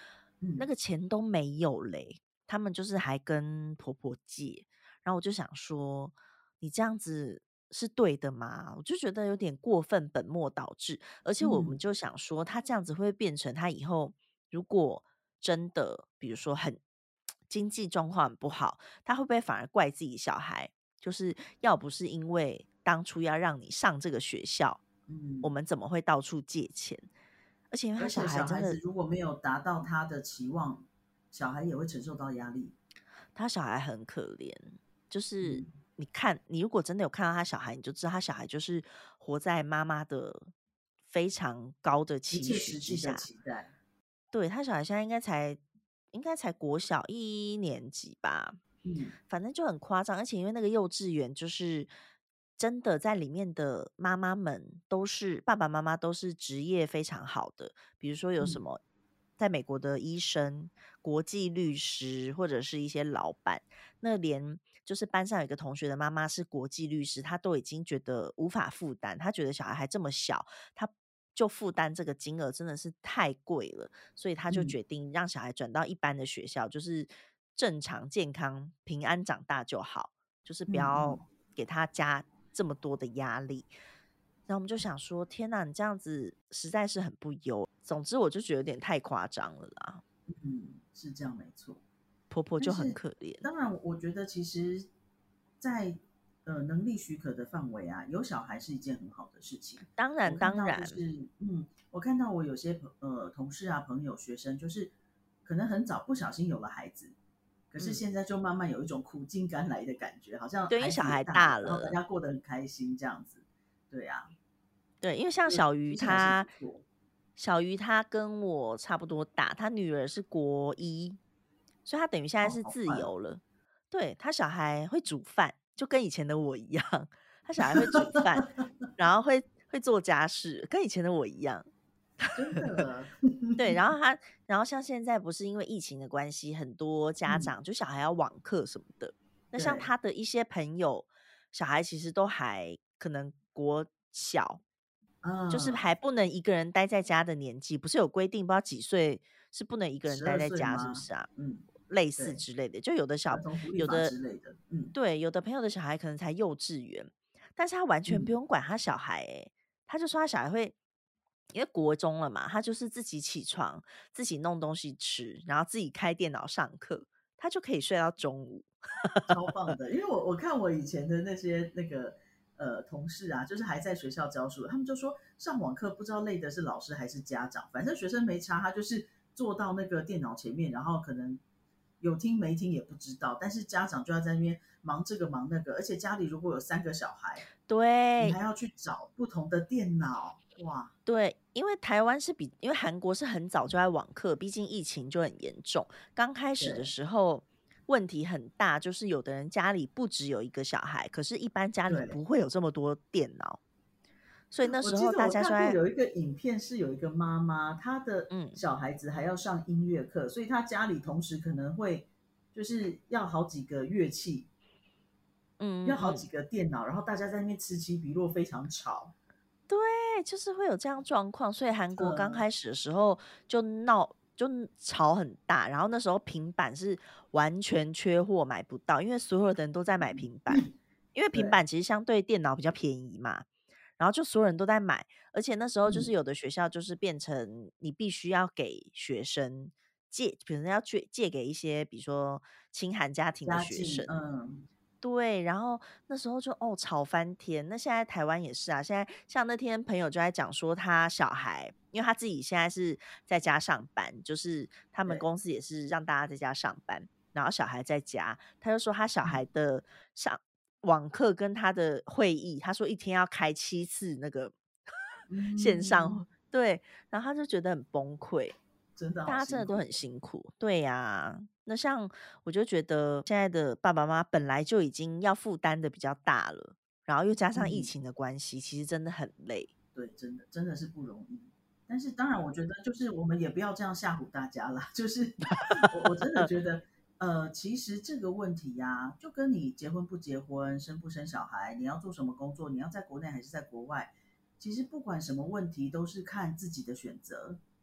嗯那个钱都没有嘞，他们就是还跟婆婆借，然后我就想说，你这样子是对的吗？我就觉得有点过分，本末倒置。而且我们嗯就想说，他这样子会变成他以后如果真的，比如说很经济状况很不好，他会不会反而怪自己小孩？就是要不是因为当初要让你上这个学校，我嗯， 们怎么会到处借钱？而且因为他小而且小孩真的孩子如果没有达到他的期望，小孩也会承受到压力。 他小孩很可怜，就是嗯， 你看，你如果真的有看到他小孩，你就知道他小孩就是活在妈妈的非常高的不期切实际的许之下。 期待。 对，他小孩现在应该才应该才国小一年级吧， 嗯反正就很夸张。而且因为那个幼稚园就是真的在里面的妈妈们都是爸爸妈妈都是职业非常好的，比如说有什嗯么在美国的医生、国际律师或者是一些老板，那连就是班上有一个同学的妈妈是国际律师，她都已经觉得无法负担，她觉得小孩还这么小，她就负担这个金额真的是太贵了。所以他就嗯决定让小孩转到一般的学校，就是正常、健康、平安长大就好，就是不要嗯嗯给他加这么多的压力。然后我们就想说，天哪，你这样子实在是很不优。总之，我就觉得有点太夸张了啦。 嗯，是这样没错。 婆婆就很但是可怜。 当然，我觉得其实在，呃能力许可的范围啊，有小孩是一件很好的事情。 当然， 我看到就当然， 是，嗯，我看到我有些朋呃同事啊、朋友、学生，就是可能很早不小心有了孩子，可是嗯， 现在就慢慢有一种苦尽甘来的感觉，好像对，因为孩小孩子也大了，然后大大了。 家过得很开心这样子。对啊， 对，因为像就小鱼听起来是她， 不错。 小鱼她跟我差不多大，她女儿是国一，所以她等于现在哦， 是好快哦。 自由了。对，她小孩会煮饭，就跟以前的我一样，她小孩会煮饭，然后会会做家事，跟以前的我一样。 真的。 对，然后他，然后像现在不是因为疫情的关系，很多家嗯， 长就小孩要网课什么的。那像对， 他的一些朋友，小孩其实都还可能国小，就是嗯， 还不能一个人待在家的年纪，不是有规定，不知道几岁是不能一个人十二待在家，是不岁吗？ 是啊？ 嗯， 类似对， 之类的，就有的小儿童福利法有的之类的。嗯对，有的朋友的小孩可能才幼稚园，但是他完全不嗯， 用管他小孩、欸，他就说他小孩会，因为国中了嘛，他就是自己起床，自己弄东西吃，然后自己开电脑上课，他就可以睡到中午。 超棒的。因为我我看我以前的那些那个呃同事啊，就是还在学校教书的，他们就说上网课不知道累的是老师还是家长，反正学生没差，他就是坐到那个电脑前面，然后可能有听没听也不知道，但是家长就要在那边忙这个忙那个，而且家里如果有三个小孩，你还对要去找不同的电脑，哇。 对，因为台湾是比，因为韩国是很早就在网课，毕竟疫情就很严重。刚开始的对时候问题很大，就是有的人家里不只有一个小孩，可是一般家里对， 不会有这么多电脑，所以那时候我记得我大家就在看过有一个影片，是有一个妈妈，她的嗯小孩子还要上音乐课，所以她家里同时可能会就是要好几个乐器，要嗯嗯嗯， 好几个电脑，然后大家在那边此起彼落，非常吵。 对，就是会有这样状况，所以韩国刚呃， 开始的时候就闹就吵很大，然后那时候平板是完全缺货买不到，因为所有的人都在买平板，因为平对， 板其实相对电脑比较便宜嘛。然后就所有人都在买，而且那时候就是嗯， 有的学校就是变成你必须要给学生借，比如要借借给一些比如说清寒家庭的家境， 学生， 嗯对，然后那时候就哦吵翻天。那现在台湾也是啊，现在像那天朋友就在讲说他小孩，因为他自己现在是在家上班，就是他们对， 公司也是让大家在家上班，然后小孩在家，他就说他小嗯孩的上网课跟他的会议，他说一天要开七次那个线嗯， 上，对，然后他就觉得很崩溃。 真的好大家真的都很辛苦哦。 辛苦，对呀、那像我就觉得现在的爸爸妈妈本来就已经要负担的比较大了，然后又加上疫嗯。 情的关系，其实真的很累。 对，真的真的是不容易。但是当然，我觉得就是我们也不要这样吓唬大家啦。就是我我真的觉得，呃，其实这个问题呀、就跟你结婚不结婚、生不生小孩、你要做什么工作、你要在国内还是在国外，其实不管什么问题，都是看自己的选择。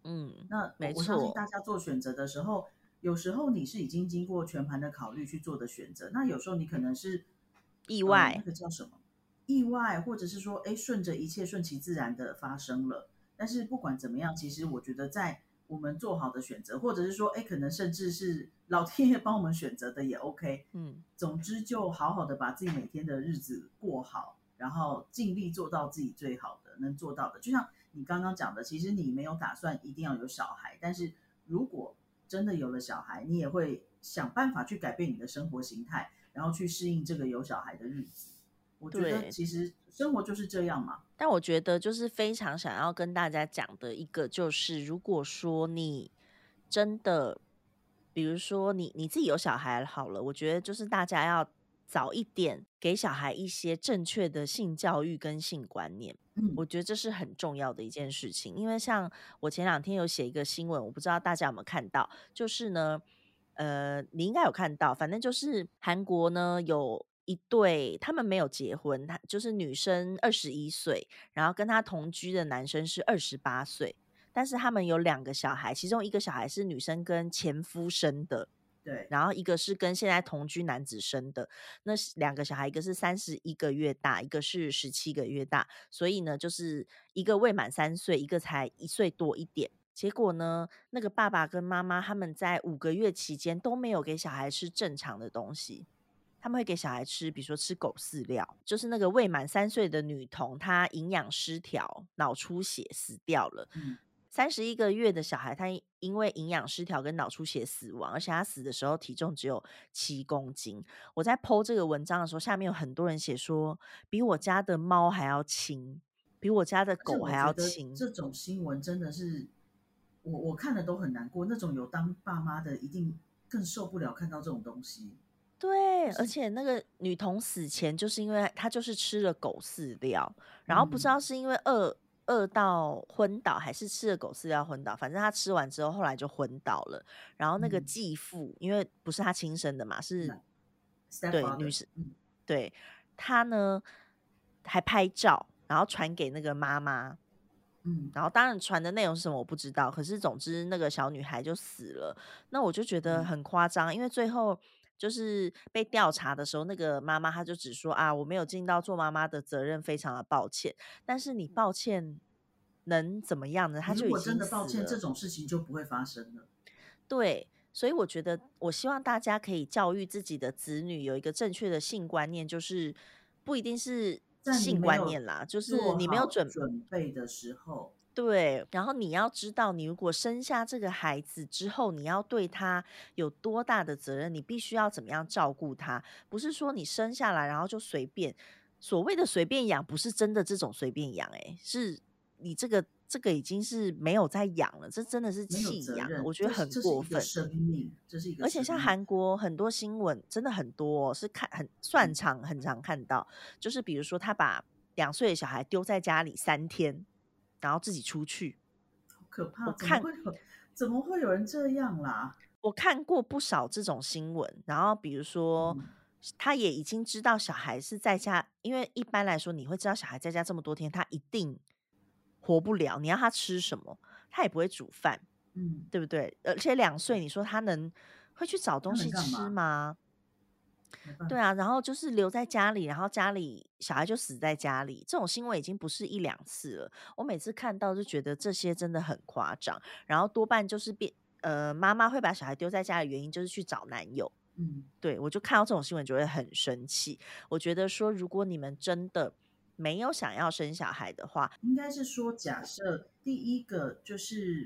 嗯， 那我没我相信大错， 家做选择的时候，有时候你是已经经过全盘的考虑去做的选择，那有时候你可能是，呃，那意外， 个叫什么意外，或者是说，哎，顺着一切顺其自然的发生了。但是不管怎么样，其实我觉得在我们做好的选择，或者是说，哎，可能甚至是老天爷帮我们选择的也 OK。 嗯， 总之，就好好的把自己每天的日子过好，然后尽力做到自己最好的能做到的。就像你刚刚讲的，其实你没有打算一定要有小孩，但是如果真的有了小孩，你也会想办法去改变你的生活形态，然后去适应这个有小孩的日子。我觉得对。 其实生活就是这样嘛。 但我觉得就是非常想要跟大家讲的一个，就是如果说你真的，比如说你你自己有小孩好了，我觉得就是大家要早一点给小孩一些正确的性教育跟性观念。 嗯我觉得这是很重要的一件事情，因为像我前两天有写一个新闻，我不知道大家有没有看到，就是呢，呃，你应该有看到，反正就是韩国呢有一对，他们没有结婚，他就是女生二十一岁，然后跟他同居的男生是二十八岁，但是他们有两个小孩，其中一个小孩是女生跟前夫生的， 对。 然后一个是跟现在同居男子生的。那是两个小孩，一个是三十一个月大，一个是十七个月大，所以呢，就是一个未满三岁，一个才一岁多一点。结果呢，那个爸爸跟妈妈他们在五个月期间都没有给小孩吃正常的东西，他们会给小孩吃，比如说吃狗饲料。就是那个未满三岁的女童，她营养失调，脑出血死掉了。 嗯。 三十一个月的小孩，他因为营养失调跟脑出血死亡，而且他死的时候体重只有七公斤。我在 po 这个文章的时候，下面有很多人写说，比我家的猫还要轻，比我家的而且狗还我觉得要轻。 这种新闻真的是，我我看了都很难过。那种有当爸妈的一定更受不了看到这种东西。 对，而就是且那个女童死前就是因为她就是吃了狗饲料，然后不知嗯道是因为饿饿到昏倒，还是吃了狗饲料昏倒，反正她吃完之后后来就昏倒了。然后那个嗯。 继父，因为不是她亲生的嘛，是那对女 stepfather。 生， 嗯对她呢还拍照，然后传给那个妈妈， 嗯然后当然传的内容是什么我不知道，可是总之那个小女孩就死了。那我就觉得嗯。 很夸张，因为最后就是被调查的时候，那个妈妈她就只说啊，我没有尽到做妈妈的责任，非常的抱歉。但是你抱歉能怎么样呢？她你如果真就已经的抱歉，这死了。 种事情就不会发生了。 对，所以我觉得，我希望大家可以教育自己的子女有一个正确的性观念，就是不一定是在你性没有观念啦，就是做好你没有准准备的时候。 对，然后你要知道，你如果生下这个孩子之后，你要对他有多大的责任，你必须要怎么样照顾他，不是说你生下来然后就随便。所谓的随便养，不是真的这种随便养，诶，是你这个这个已经是没有在养了，这真的是没有弃养了， 责任，这是我觉得很这是一个过分。 生命，这是一个而且像生命。 韩国很多新闻真的很多哦，是看很算常很常看到，就是比如说他把两岁的小孩丢在家里三天，然后自己出去。 好可怕！怎么我看会有怎么会有人这样啦？ 我看过不少这种新闻，然后比如说嗯他也已经知道小孩是在家，因为一般来说你会知道小孩在家这么多天，他一定活不了，你要他吃什么，他也不会煮饭， 嗯。 对不对？而且两岁，你说他能会去找他东西吃能干嘛？ 吗？ 没办法。 对啊，然后就是留在家里，然后家里小孩就死在家里，这种新闻已经不是一两次了。我每次看到就觉得这些真的很夸张，然后多半就是变呃妈妈会把小孩丢在家里，原因就是去找男友。 嗯。 对，我就看到这种新闻就会很生气。我觉得说，如果你们真的没有想要生小孩的话， 应该是说，假设第一个就是，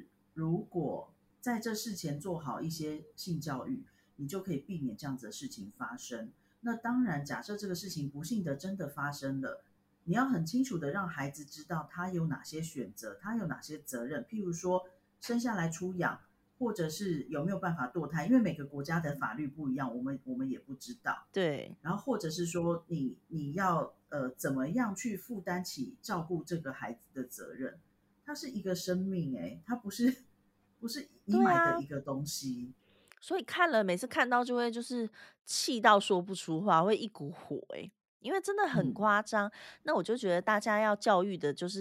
如果在这事前做好一些性教育，你就可以避免这样子的事情发生。那当然，假设这个事情不幸的真的发生了，你要很清楚的让孩子知道他有哪些选择，他有哪些责任。譬如说，生下来出养，或者是有没有办法堕胎，因为每个国家的法律不一样，我们我们也不知道。 对然后或者是说你你要呃怎么样去负担起照顾这个孩子的责任？它是一个生命，哎，它不是不是你对啊， 买的一个东西。 所以看了每次看到就会就是气到说不出话，会一股火诶、因为真的很嗯夸张。那我就觉得大家要教育的就是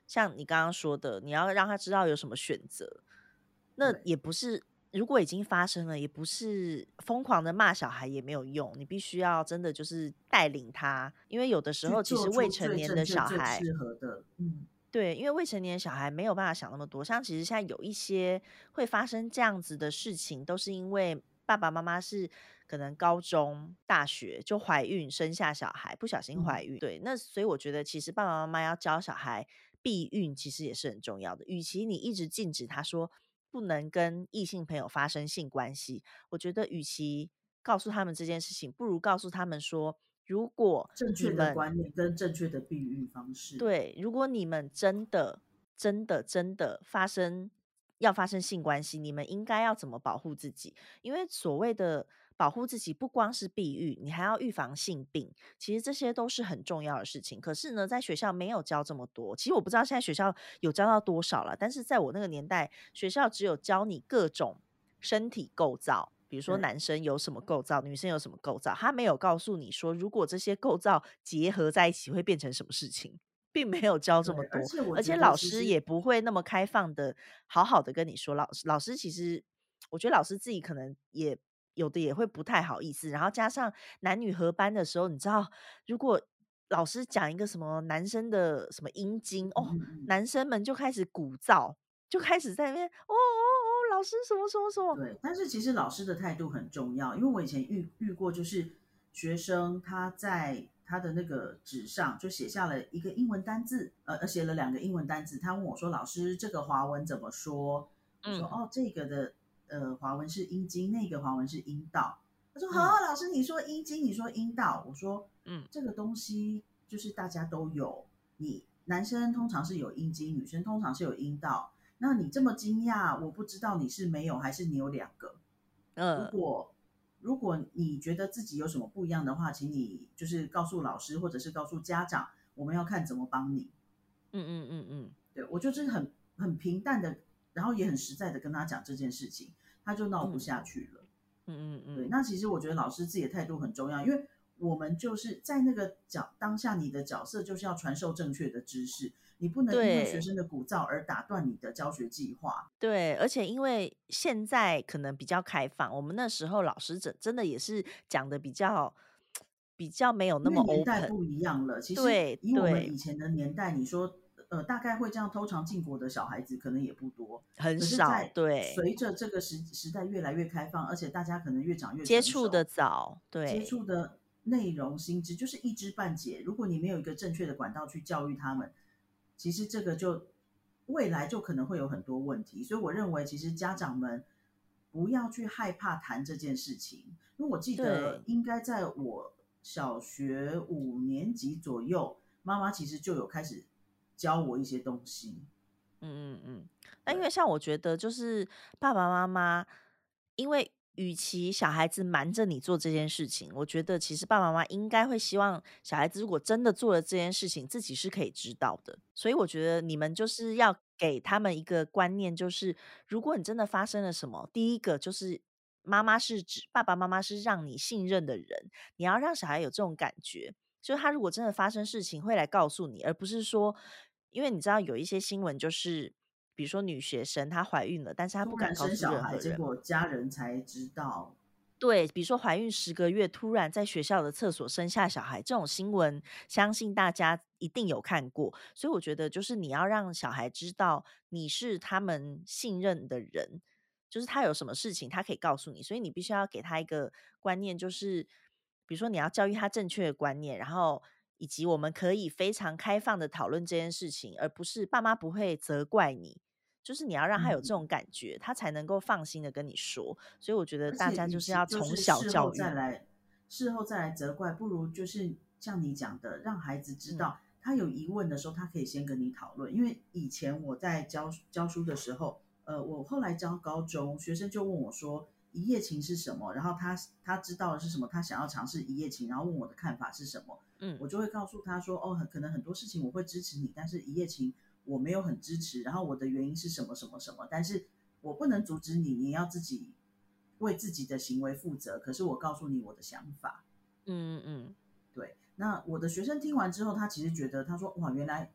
像你刚刚说的，你要让他知道有什么选择，那对， 也不是。如果已经发生了，也不是疯狂的骂小孩也没有用，你必须要真的就是带领他，因为有的时去候其实未做出成年的最正确、 小孩， 最适合的，嗯， 对，因为未成年小孩没有办法想那么多，像其实现在有一些会发生这样子的事情，都是因为爸爸妈妈是可能高中、大学就怀孕生下小孩，不小心嗯， 怀孕。对，那所以我觉得其实爸爸妈妈要教小孩避孕，其实也是很重要的。与其你一直禁止他说不能跟异性朋友发生性关系，我觉得与其告诉他们这件事情，不如告诉他们说，如果正确的你们观念跟正确的避孕方式， 对，如果你们真的、真的、真的发生要发生性关系，你们应该要怎么保护自己？因为所谓的保护自己，不光是避孕，你还要预防性病。其实这些都是很重要的事情。可是呢，在学校没有教这么多。其实我不知道现在学校有教到多少了，但是在我那个年代，学校只有教你各种身体构造。比如说对男生有什么构造，女生有什么构造，他没有告诉你说，如果这些构造结合在一起会变成什么事情。并没有教这么对，而多， 且我觉而且得其实老师也不会那么开放的，好好的跟你说。老师老师其实，我觉得老师自己可能也有的也会不太好意思，然后加上男女合班的时候，你知道，如果老师讲一个什么男生的什么阴茎嗯哦， 嗯嗯。 男生们就开始鼓噪，就开始在那边哦哦哦，老师什么什么什么， 对，但是其实老师的态度很重要，因为我以前遇遇过，就是学生他在他的那个纸上就写下了一个英文单字，呃，写了两个英文单字。他问我说：“老师，这个华文怎么说？”我说： 嗯 “哦，这个的呃华文是阴茎，那个华文是阴道。”他说：“好， 嗯老师，你说阴茎，你说阴道。”我说： 嗯 “这个东西就是大家都有，你男生通常是有阴茎，女生通常是有阴道。”那你这么惊讶，我不知道你是没有还是你有两个。如嗯果如果你觉得自己有什么不一样的话，请你就是告诉老师或者是告诉家长，我们要看怎么帮你。 嗯嗯嗯嗯对，我就是很很平淡的，然后也很实在的跟他讲这件事情，他就闹不嗯下去了。对， 嗯嗯嗯， 那其实我觉得老师自己的态度很重要，因为我们就是在那个角当下，你的角色就是要传授正确的知识，你不能因为学对。 生的鼓噪而打断你的教学计划。 对，而且因为现在可能比较开放，我们那时候老师真真的也是讲的比较比较没有那么因为年代 open。 不一样了，其实对以我们对， 以前的年代，你说呃大概会这样偷尝禁果的小孩子可能也不多， 很少， 可是在对， 随着这个时时代越来越开放，而且大家可能越长越接触的成熟， 早， 接对， 触的内容心智就是一知半解。如果你没有一个正确的管道去教育他们，其实这个就未来就可能会有很多问题。所以我认为，其实家长们不要去害怕谈这件事情。因为我记得对， 应该在我小学五年级左右，妈妈其实就有开始教我一些东西。 嗯嗯嗯。那因为对， 像我觉得，就是爸爸妈妈，因为与其小孩子瞒着你做这件事情，我觉得其实爸爸妈妈应该会希望小孩子如果真的做了这件事情，自己是可以知道的。所以我觉得你们就是要给他们一个观念，就是如果你真的发生了什么，第一个就是妈妈是指爸爸妈妈是让你信任的人，你要让小孩有这种感觉。就他如果真的发生事情会来告诉你，而不是说，因为你知道有一些新闻就是，比如说女学生她怀孕了，但是她不突然敢告诉生小孩， 任何人。 结果家人才知道。 对，比如说怀孕十个月，突然在学校的厕所生下小孩，这种新闻，相信大家一定有看过。所以我觉得，就是你要让小孩知道你是他们信任的人，就是他有什么事情，他可以告诉你。所以你必须要给他一个观念，就是比如说你要教育他正确的观念，然后以及我们可以非常开放的讨论这件事情，而不是爸妈不会责怪你。就是你要让他有这种嗯， 感觉，他才能够放心的跟你说。所以我觉得而大且与其家就是要就是从小事后教育。 再来，事后再来责怪，不如就是像你讲的，让孩子知嗯道他有疑问的时候，他可以先跟你讨论。因为以前我在教教书的时候，呃，我后来教高中，学生就问我说一夜情是什么，然后他他知道的是什么，他想要尝试一夜情，然后问我的看法是什么， 嗯我就会告诉他说，哦，很可能很多事情我会支持你，但是一夜情我没有很支持，然后我的原因是什么什么什么，但是我不能阻止你，你要自己为自己的行为负责。可是我告诉你我的想法。 嗯嗯对，那我的学生听完之后，他其实觉得，他说哇，原来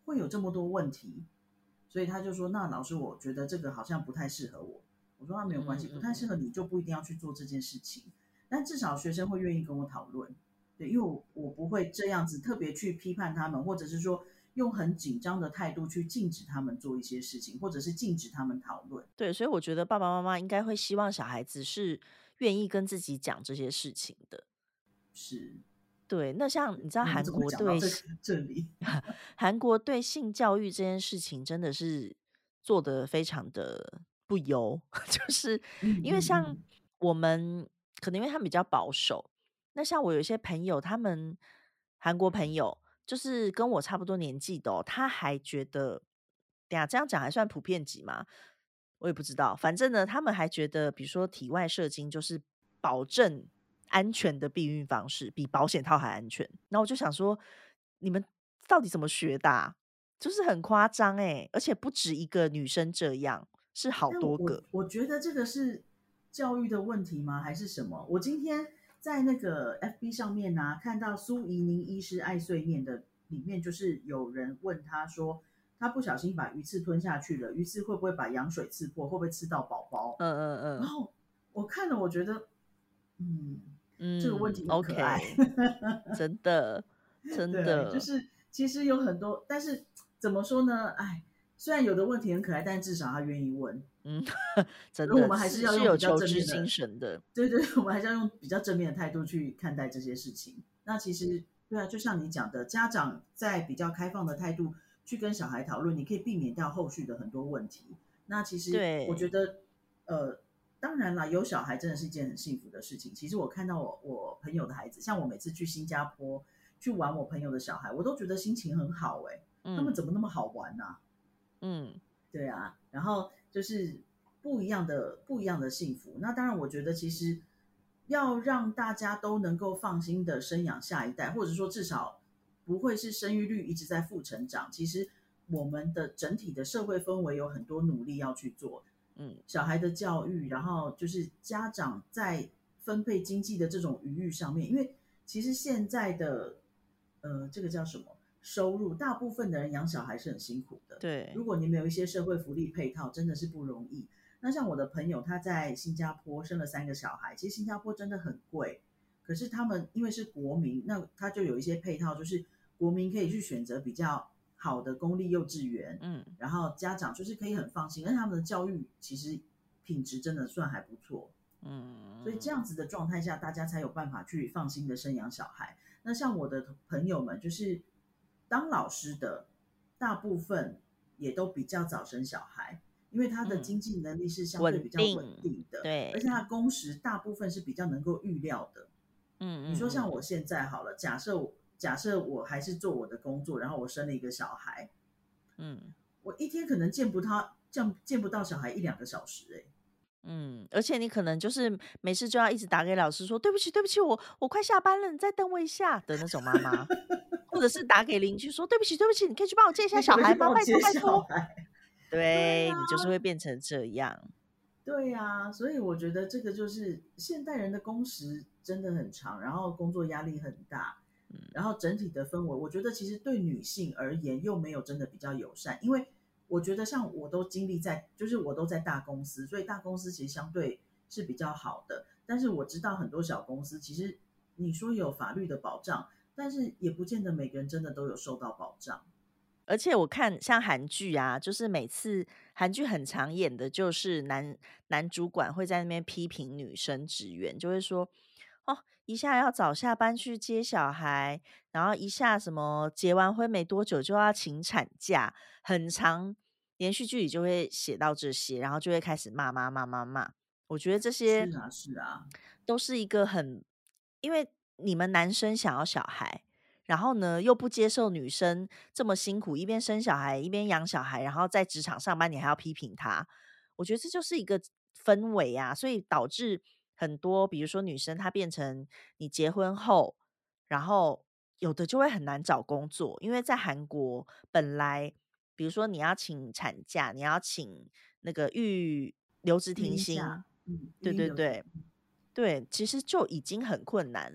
会有这么多问题？所以他就说，那老师，我觉得这个好像不太适合我。我说那没有关系，不太适合你就不一定要去做这件事情，但至少学生会愿意跟我讨论。对，因为我我不会这样子特别去批判他们，或者是说用很紧张的态度去禁止他们做一些事情，或者是禁止他们讨论。 对，所以我觉得爸爸妈妈应该会希望小孩子是愿意跟自己讲这些事情的。 是。 对，那像你知道韩我们怎么会讲到这个国对性这里？ 韩国对性教育这件事情真的是做得非常的不优，就是嗯因为像嗯嗯。 我们可能因为他们比较保守，那像我有一些朋友，他们韩国朋友就是跟我差不多年纪的哦，他还觉得，等一下这样讲还算普遍级吗？我也不知道，反正呢，他们还觉得，比如说体外射精就是保证安全的避孕方式，比保险套还安全。那我就想说，你们到底怎么学的啊？就是很夸张哎，而且不止一个女生这样，是好但我我多个。 我觉得这个是教育的问题吗？还是什么？我今天在那个 F B 上面呢、啊，看到苏怡宁医师爱碎念的里面，就是有人问他说，他不小心把鱼刺吞下去了，鱼刺会不会把羊水刺破？会不会刺到宝宝？ 嗯嗯嗯然后我看了，我觉得，嗯，这个问嗯题很可爱。 ，OK，真的真对，就的， 是其实有很多，但是怎么说呢？哎，虽然有的问题很可爱，但至少他愿意问。 嗯，真所以我的们还是要是是有用比较求知精正面的， 神的。 对对，我们还是要用比较正面的态度去看待这些事情。那其实对啊，就像你讲的，家长在比较开放的态度去跟小孩讨论，你可以避免掉后续的很多问题。那其实我觉对， 得，呃，当然啦，有小孩真的是一件很幸福的事情。其实我看到我我朋友的孩子，像我每次去新加坡去玩我朋友的小孩，我都觉得心情很好哎、他们嗯怎么那么好玩呢、啊？ 嗯， 对啊，然后就是不一样的不一样的幸福。那当然，我觉得其实要让大家都能够放心的生养下一代，或者说至少不会是生育率一直在负成长。其实我们的整体的社会氛围有很多努力要去做， 嗯， 小孩的教育，然后就是家长在分配经济的这种余裕上面，因为其实现在的呃这个叫什么收入，大部分的人养小孩是很辛苦的。如对， 果你没有一些社会福利配套，真的是不容易。那像我的朋友，他在新加坡生了三个小孩，其实新加坡真的很贵，可是他们因为是国民，那他就有一些配套，就是国民可以去选择比较好的公立幼稚园， 嗯然后家长就是可以很放心，而且他们的教育其实品质真的算还不错。所以这嗯样子的状态下，大家才有办法去放心的生养小孩。那像我的朋友们，就是当老师的，大部分也都比较早生小孩，因为他的嗯， 经济能力是相对稳比较稳定， 定的，而且他对， 的工时大部分是比较能够预料的。你嗯嗯嗯说像我现在好了，假设我假设我还是做我的工作，然后我生了一个小孩， 嗯。 我一天可能见不他见见不到小孩一两个小时、欸， 嗯，而且你可能就是没事就要一直打给老师说对不起，对不起，我我快下班了，你再等我一下的那种妈妈，或者是打给邻居说对不起，对不起，你可以去帮我接一下你可不可以去帮小孩吗？拜托， 我接小拜托。 孩？对呀、 对你就是会变成这样。 对呀、所以我觉得这个就是现代人的工时真的很长，然后工作压力很大，然后整体的氛围，我觉得其实对女性而言又没有真的比较友善，因为我觉得像我都经历在，就是我都在大公司，所以大公司其实相对是比较好的，但是我知道很多小公司其实你说有法律的保障，但是也不见得每个人真的都有受到保障。 而且我看像韩剧啊，就是每次韩剧很常演的，就是男男主管会在那边批评女生职员，就会说哦，一下要早下班去接小孩，然后一下什么结完婚没多久就要请产假，很长连续剧里就会写到这些，然后就会开始骂骂骂骂骂。我觉得这些是啊，是啊。 都是一个很，因为你们男生想要小孩，然后呢又不接受女生这么辛苦，一边生小孩一边养小孩，然后在职场上班，你还要批评他。我觉得这就是一个氛围啊，所以导致很多，比如说女生她变成你结婚后，然后有的就会很难找工作，因为在韩国本来，比如说你要请产假，你要请那个育留职育停薪， 婴假，嗯，育对婴留职。 对对对，其实就已经很困难了。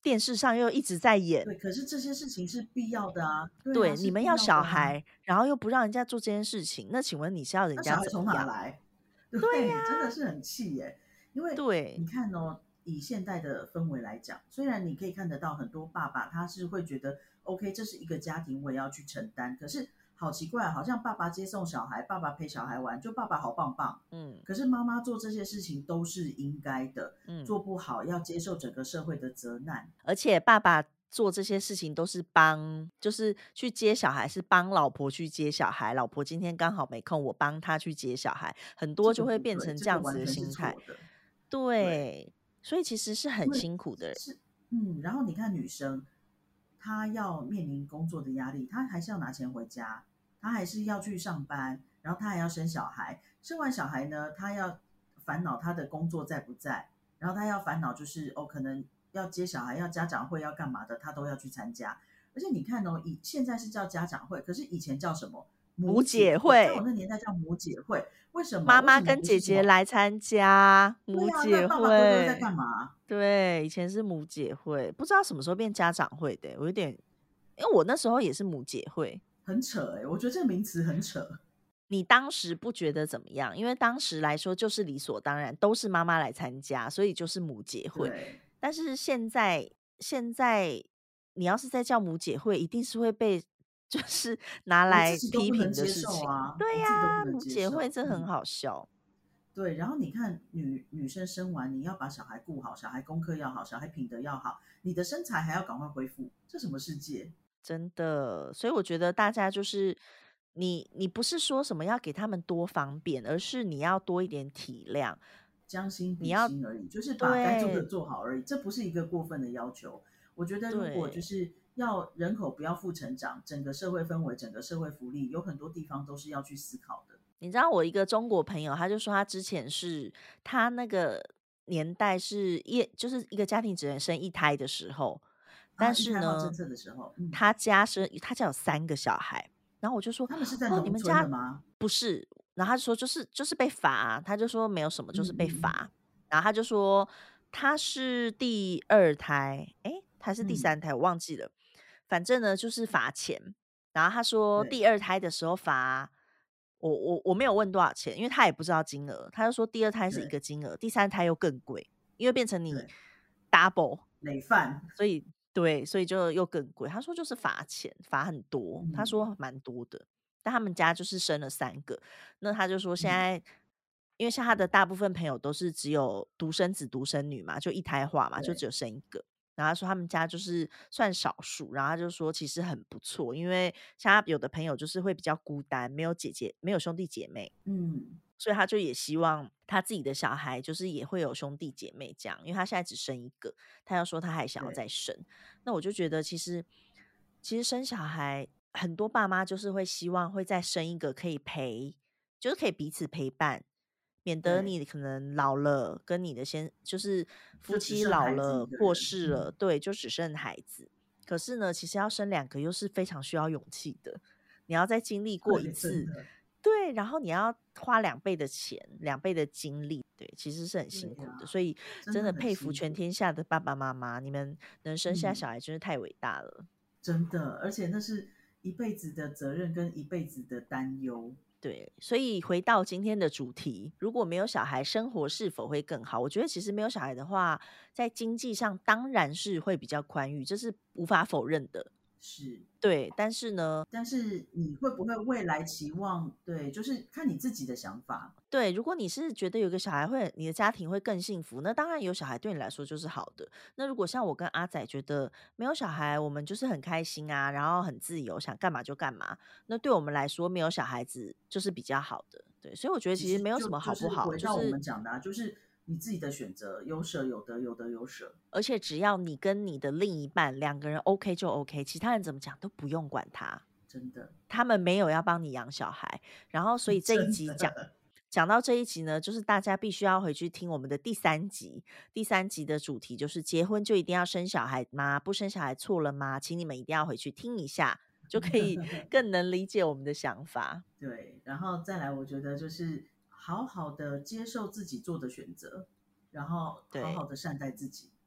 电视上又一直在演。 对，可是这些事情是必要的啊，对啊， 对， 是必你们要要的啊。 小孩，然后又不让人家做这件事情，那请问你是要人那家小孩从哪怎么样？ 来？ 对对，真的呀、 是很气耶。因为对， 你看哦，以现代的氛围来讲，虽然你可以看得到很多爸爸他是会觉得，OK，这是一个家庭，我也要去承担。可是好奇怪，好像爸爸接送小孩，爸爸陪小孩玩，就爸爸好棒棒。 嗯可是妈妈做这些事情都是应该的， 嗯， 做不好要接受整个社会的责难。 而且爸爸做这些事情都是帮，就是去接小孩，是帮老婆去接小孩。老婆今天刚好没空，我帮她去接小孩，很多这就会个不对， 变成这这样子的个完全是心态。 错的。对， 对，所以其实是很因为辛苦的。 是嗯，然后你看女生，她要面临工作的压力，她还是要拿钱回家，她还是要去上班，然后她还要生小孩。生完小孩呢，她要烦恼她的工作在不在，然后她要烦恼就是哦，可能要接小孩、要家长会、要干嘛的，她都要去参加。而且你看哦，以现在是叫家长会，可是以前叫什么？ 母母姐会，在我姐会， 那年代叫母姐会。为什么？ 妈妈为什么跟姐姐不是什么？ 来参加对啊，那母姐爸爸回头在会。 干嘛？ 对，以前是母姐会，不知道什么时候变家长会的，我有点，因为我那时候也是母姐会。 很扯哎、欸，我觉得这个名词很扯。 你当时不觉得怎么样？因为当时来说就是理所当然，都是妈妈来参加，所以就是母姐会。 对， 但是现在，现在你要是再叫母姐会，一定是会被就是拿我自来己都不能批评的接受事情。 啊， 对我自己都不呀、 能母姐会接受。 这很嗯， 好笑。 对。然后你看女女生生完，你要把小孩顾好，小孩功课要好，小孩品德要好，你的身材还要赶快恢复，这什么世界？ 真的，所以我觉得大家就是你，你不是说什么要给他们多方便，而是你要多一点体谅。 将心比你要心而已，就是把该做的对做好而已，这不是一个过分的要求。我觉得如果就对， 是要人口不要负成长，整个社会氛围、整个社会福利，有很多地方都是要去思考的。 你知道我一个中国朋友，他就说他之前是他那个年代是一就是一个家庭只能生一胎的时候，但啊，一是呢， 胎化政策的时候，嗯， 他家生他家有三个小孩，然后我就说他们是在哦，你农们家村的吗？ 不是？然后他就说就是就是被罚啊，他就说没有什么，就是嗯嗯嗯被罚。然后他就说他是第二胎，诶，还是第嗯， 三胎，我忘记了，反正呢就是罚钱。然后他说对第二胎的时候罚，我我我没有问多少钱，因为他也不知道金额。他就说第二胎是一对个金额，第三胎又更贵，因为变成你对， double， 累犯， 所以对，所以就又更贵。他说就是罚钱，罚很多，他嗯说蛮多的。但他们家就是生了三个，那他就说现嗯， 在，因为像他的大部分朋友都是只有独生子、独生女嘛，就一胎化嘛，就对， 只有生一个。然后他说他们家就是算少数，然后他就说其实很不错，因为像他有的朋友就是会比较孤单，没有姐姐，没有兄弟姐妹， 嗯所以他就也希望他自己的小孩就是也会有兄弟姐妹这样，因为他现在只生一个，他要说他还想要对再生。那我就觉得其实其实生小孩很多爸妈就是会希望会再生一个可以陪，就是可以彼此陪伴，免得对， 你可能老了跟你的先就是夫就只妻剩孩子一老了过个人， 世了， 嗯， 对，就只剩孩子。可是呢，其实要生两个又是非常需要勇气的，你要再经历过一对，真次。 的， 对，然后你要花两倍的钱，两倍的精力，对，其实是很辛苦的。 对呀、 所以真真的很的佩服辛苦， 全天下的爸爸妈妈，你们能生下嗯， 小孩真是太伟大了。 真的，而且那是一辈子的责任跟一辈子的担忧。 对，所以回到今天的主题，如果没有小孩，生活是否会更好？我觉得其实没有小孩的话，在经济上当然是会比较宽裕，这是无法否认的。 是， 对，但是呢， 但是你会不会未来期望？对，就是看你自己的想法。 对，如果你是觉得有个小孩会，你的家庭会更幸福，那当然有小孩对你来说就是好的。那如果像我跟阿仔觉得没有小孩，我们就是很开心啊，然后很自由，想干嘛就干嘛，那对我们来说没有小孩子就是比较好的。对，所以我觉得其实其实没有什么就就是好不好， 回到我就是们讲的、啊，就是你自己的选择，有舍有得，有得有舍， 而且只要你跟你的另一半两个人 OK 就 OK，其他人怎么讲都不用管他。 真的， 他们没有要帮你养小孩，然后所以这一真集讲的， 讲到这一集呢，就是大家必须要回去听我们的第三集。第三集的主题就是结婚就一定要生小孩吗？不生小孩错了吗？请你们一定要回去听一下，就可以更能理解我们的想法。 对。然后再来，我觉得就是好好的接受自己做的选择，然后好好对， 的善待自己。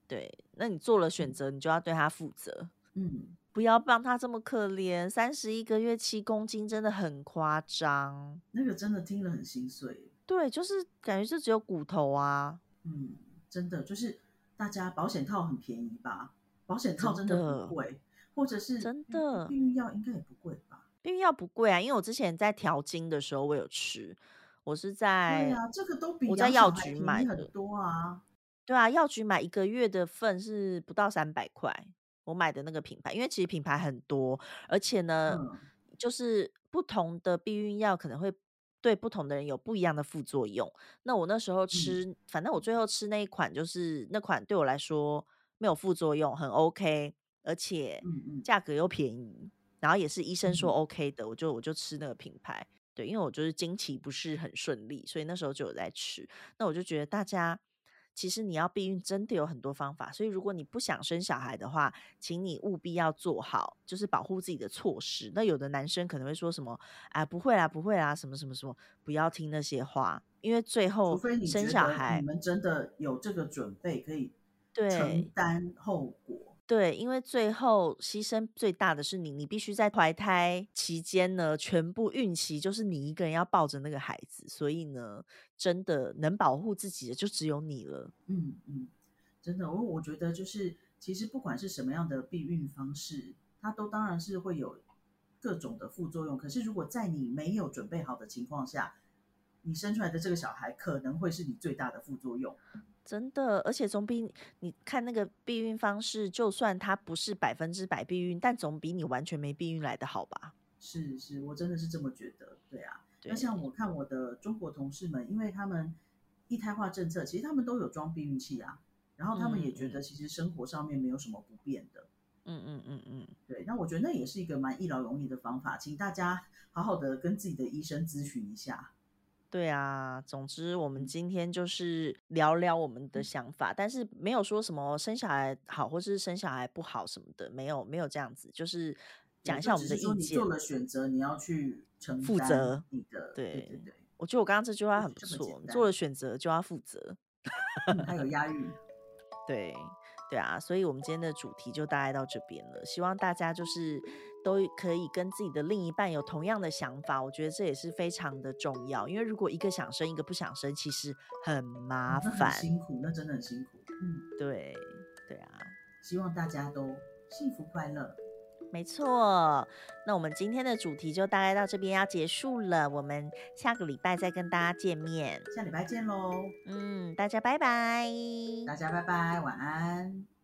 对，那你做了选嗯择，你就要对他负责， 嗯， 不要让他这么可怜。三十一个月七公斤真的很夸张。 那个真的听了很心碎。 对，就是感觉就只有骨头啊， 嗯，真的就是大家保险套很便宜吧？保险套真真的不的贵，或者是真避避的。 孕药应该也不贵吧？ 避孕药不贵啊，因为我之前在调经的时候我有吃，我是在对啊，这个都比我在养小孩药局便宜很买的。 多啊。 对啊，药局买一个月的份是不到三百块，我买的那个品牌，因为其实品牌很多，而且呢， 嗯就是不同的避孕药可能会对不同的人有不一样的副作用。那我那时候嗯吃，反正我最后吃那一款，就是那款对我来说没有副作用，很 OK，而且嗯嗯价格又便宜，然后也是医生说嗯， OK 的，我就我就吃那个品牌。对，因为我就是经期不是很顺利，所以那时候就有在吃。那我就觉得大家其实你要避孕真的有很多方法，所以如果你不想生小孩的话，请你务必要做好就是保护自己的措施。那有的男生可能会说什么，哎，不会啦，不会啦，什么什么什么，不要听那些话，因为最后除非你生觉得你小孩， 们真的有这个准备，可以承对， 担后果。 对，因为最后牺牲最大的是你，你必须在怀胎期间呢，全部孕期就是你一个人要抱着那个孩子，所以呢，真的能保护自己的就只有你了。 嗯嗯，真的，我我觉得就是，其实不管是什么样的避孕方式，它都当然是会有各种的副作用。可是如果在你没有准备好的情况下，你生出来的这个小孩可能会是你最大的副作用。 真的，而且总比你看那个避孕方式，就算它不是百分之百避孕，但总比你完全没避孕来的好吧？ 是是，我真的是这么觉得。对啊，那像对， 我看我的中国同事们，因为他们一胎化政策，其实他们都有装避孕器啊，然后他们也觉得嗯嗯其实生活上面没有什么不便的。 嗯嗯嗯嗯， 对，那我觉得那也是一个蛮一劳永逸的方法，请大家好好的跟自己的医生咨询一下。 对啊。总之，我们嗯， 今天就是聊聊我们的想法，但是没有说什么生小孩好或是生小孩不好什么的，没有没有这样子，就是对， 讲一下我们的就只是说意见， 你做了选择，你要去承担负责。 你的，对对对， 对， 我觉得我刚刚这句话就是这么很不错，你做简单。 了选择就要负责。 嗯，还有押韵。 对，对啊，所以我们今天的主题就大概到这边了。希望大家就是都可以跟自己的另一半有同样的想法，我觉得这也是非常的重要。因为如果一个想生，一个不想生，其实很麻哦，那很烦。 辛苦，那真的很辛苦。嗯， 对，对啊， 希望大家都幸福快乐。 没错。那我们今天的主题就大概到这边要结束了，我们下个礼拜再跟大家见面。 下礼拜见喽， 嗯，大家拜拜。 大家拜拜，晚安。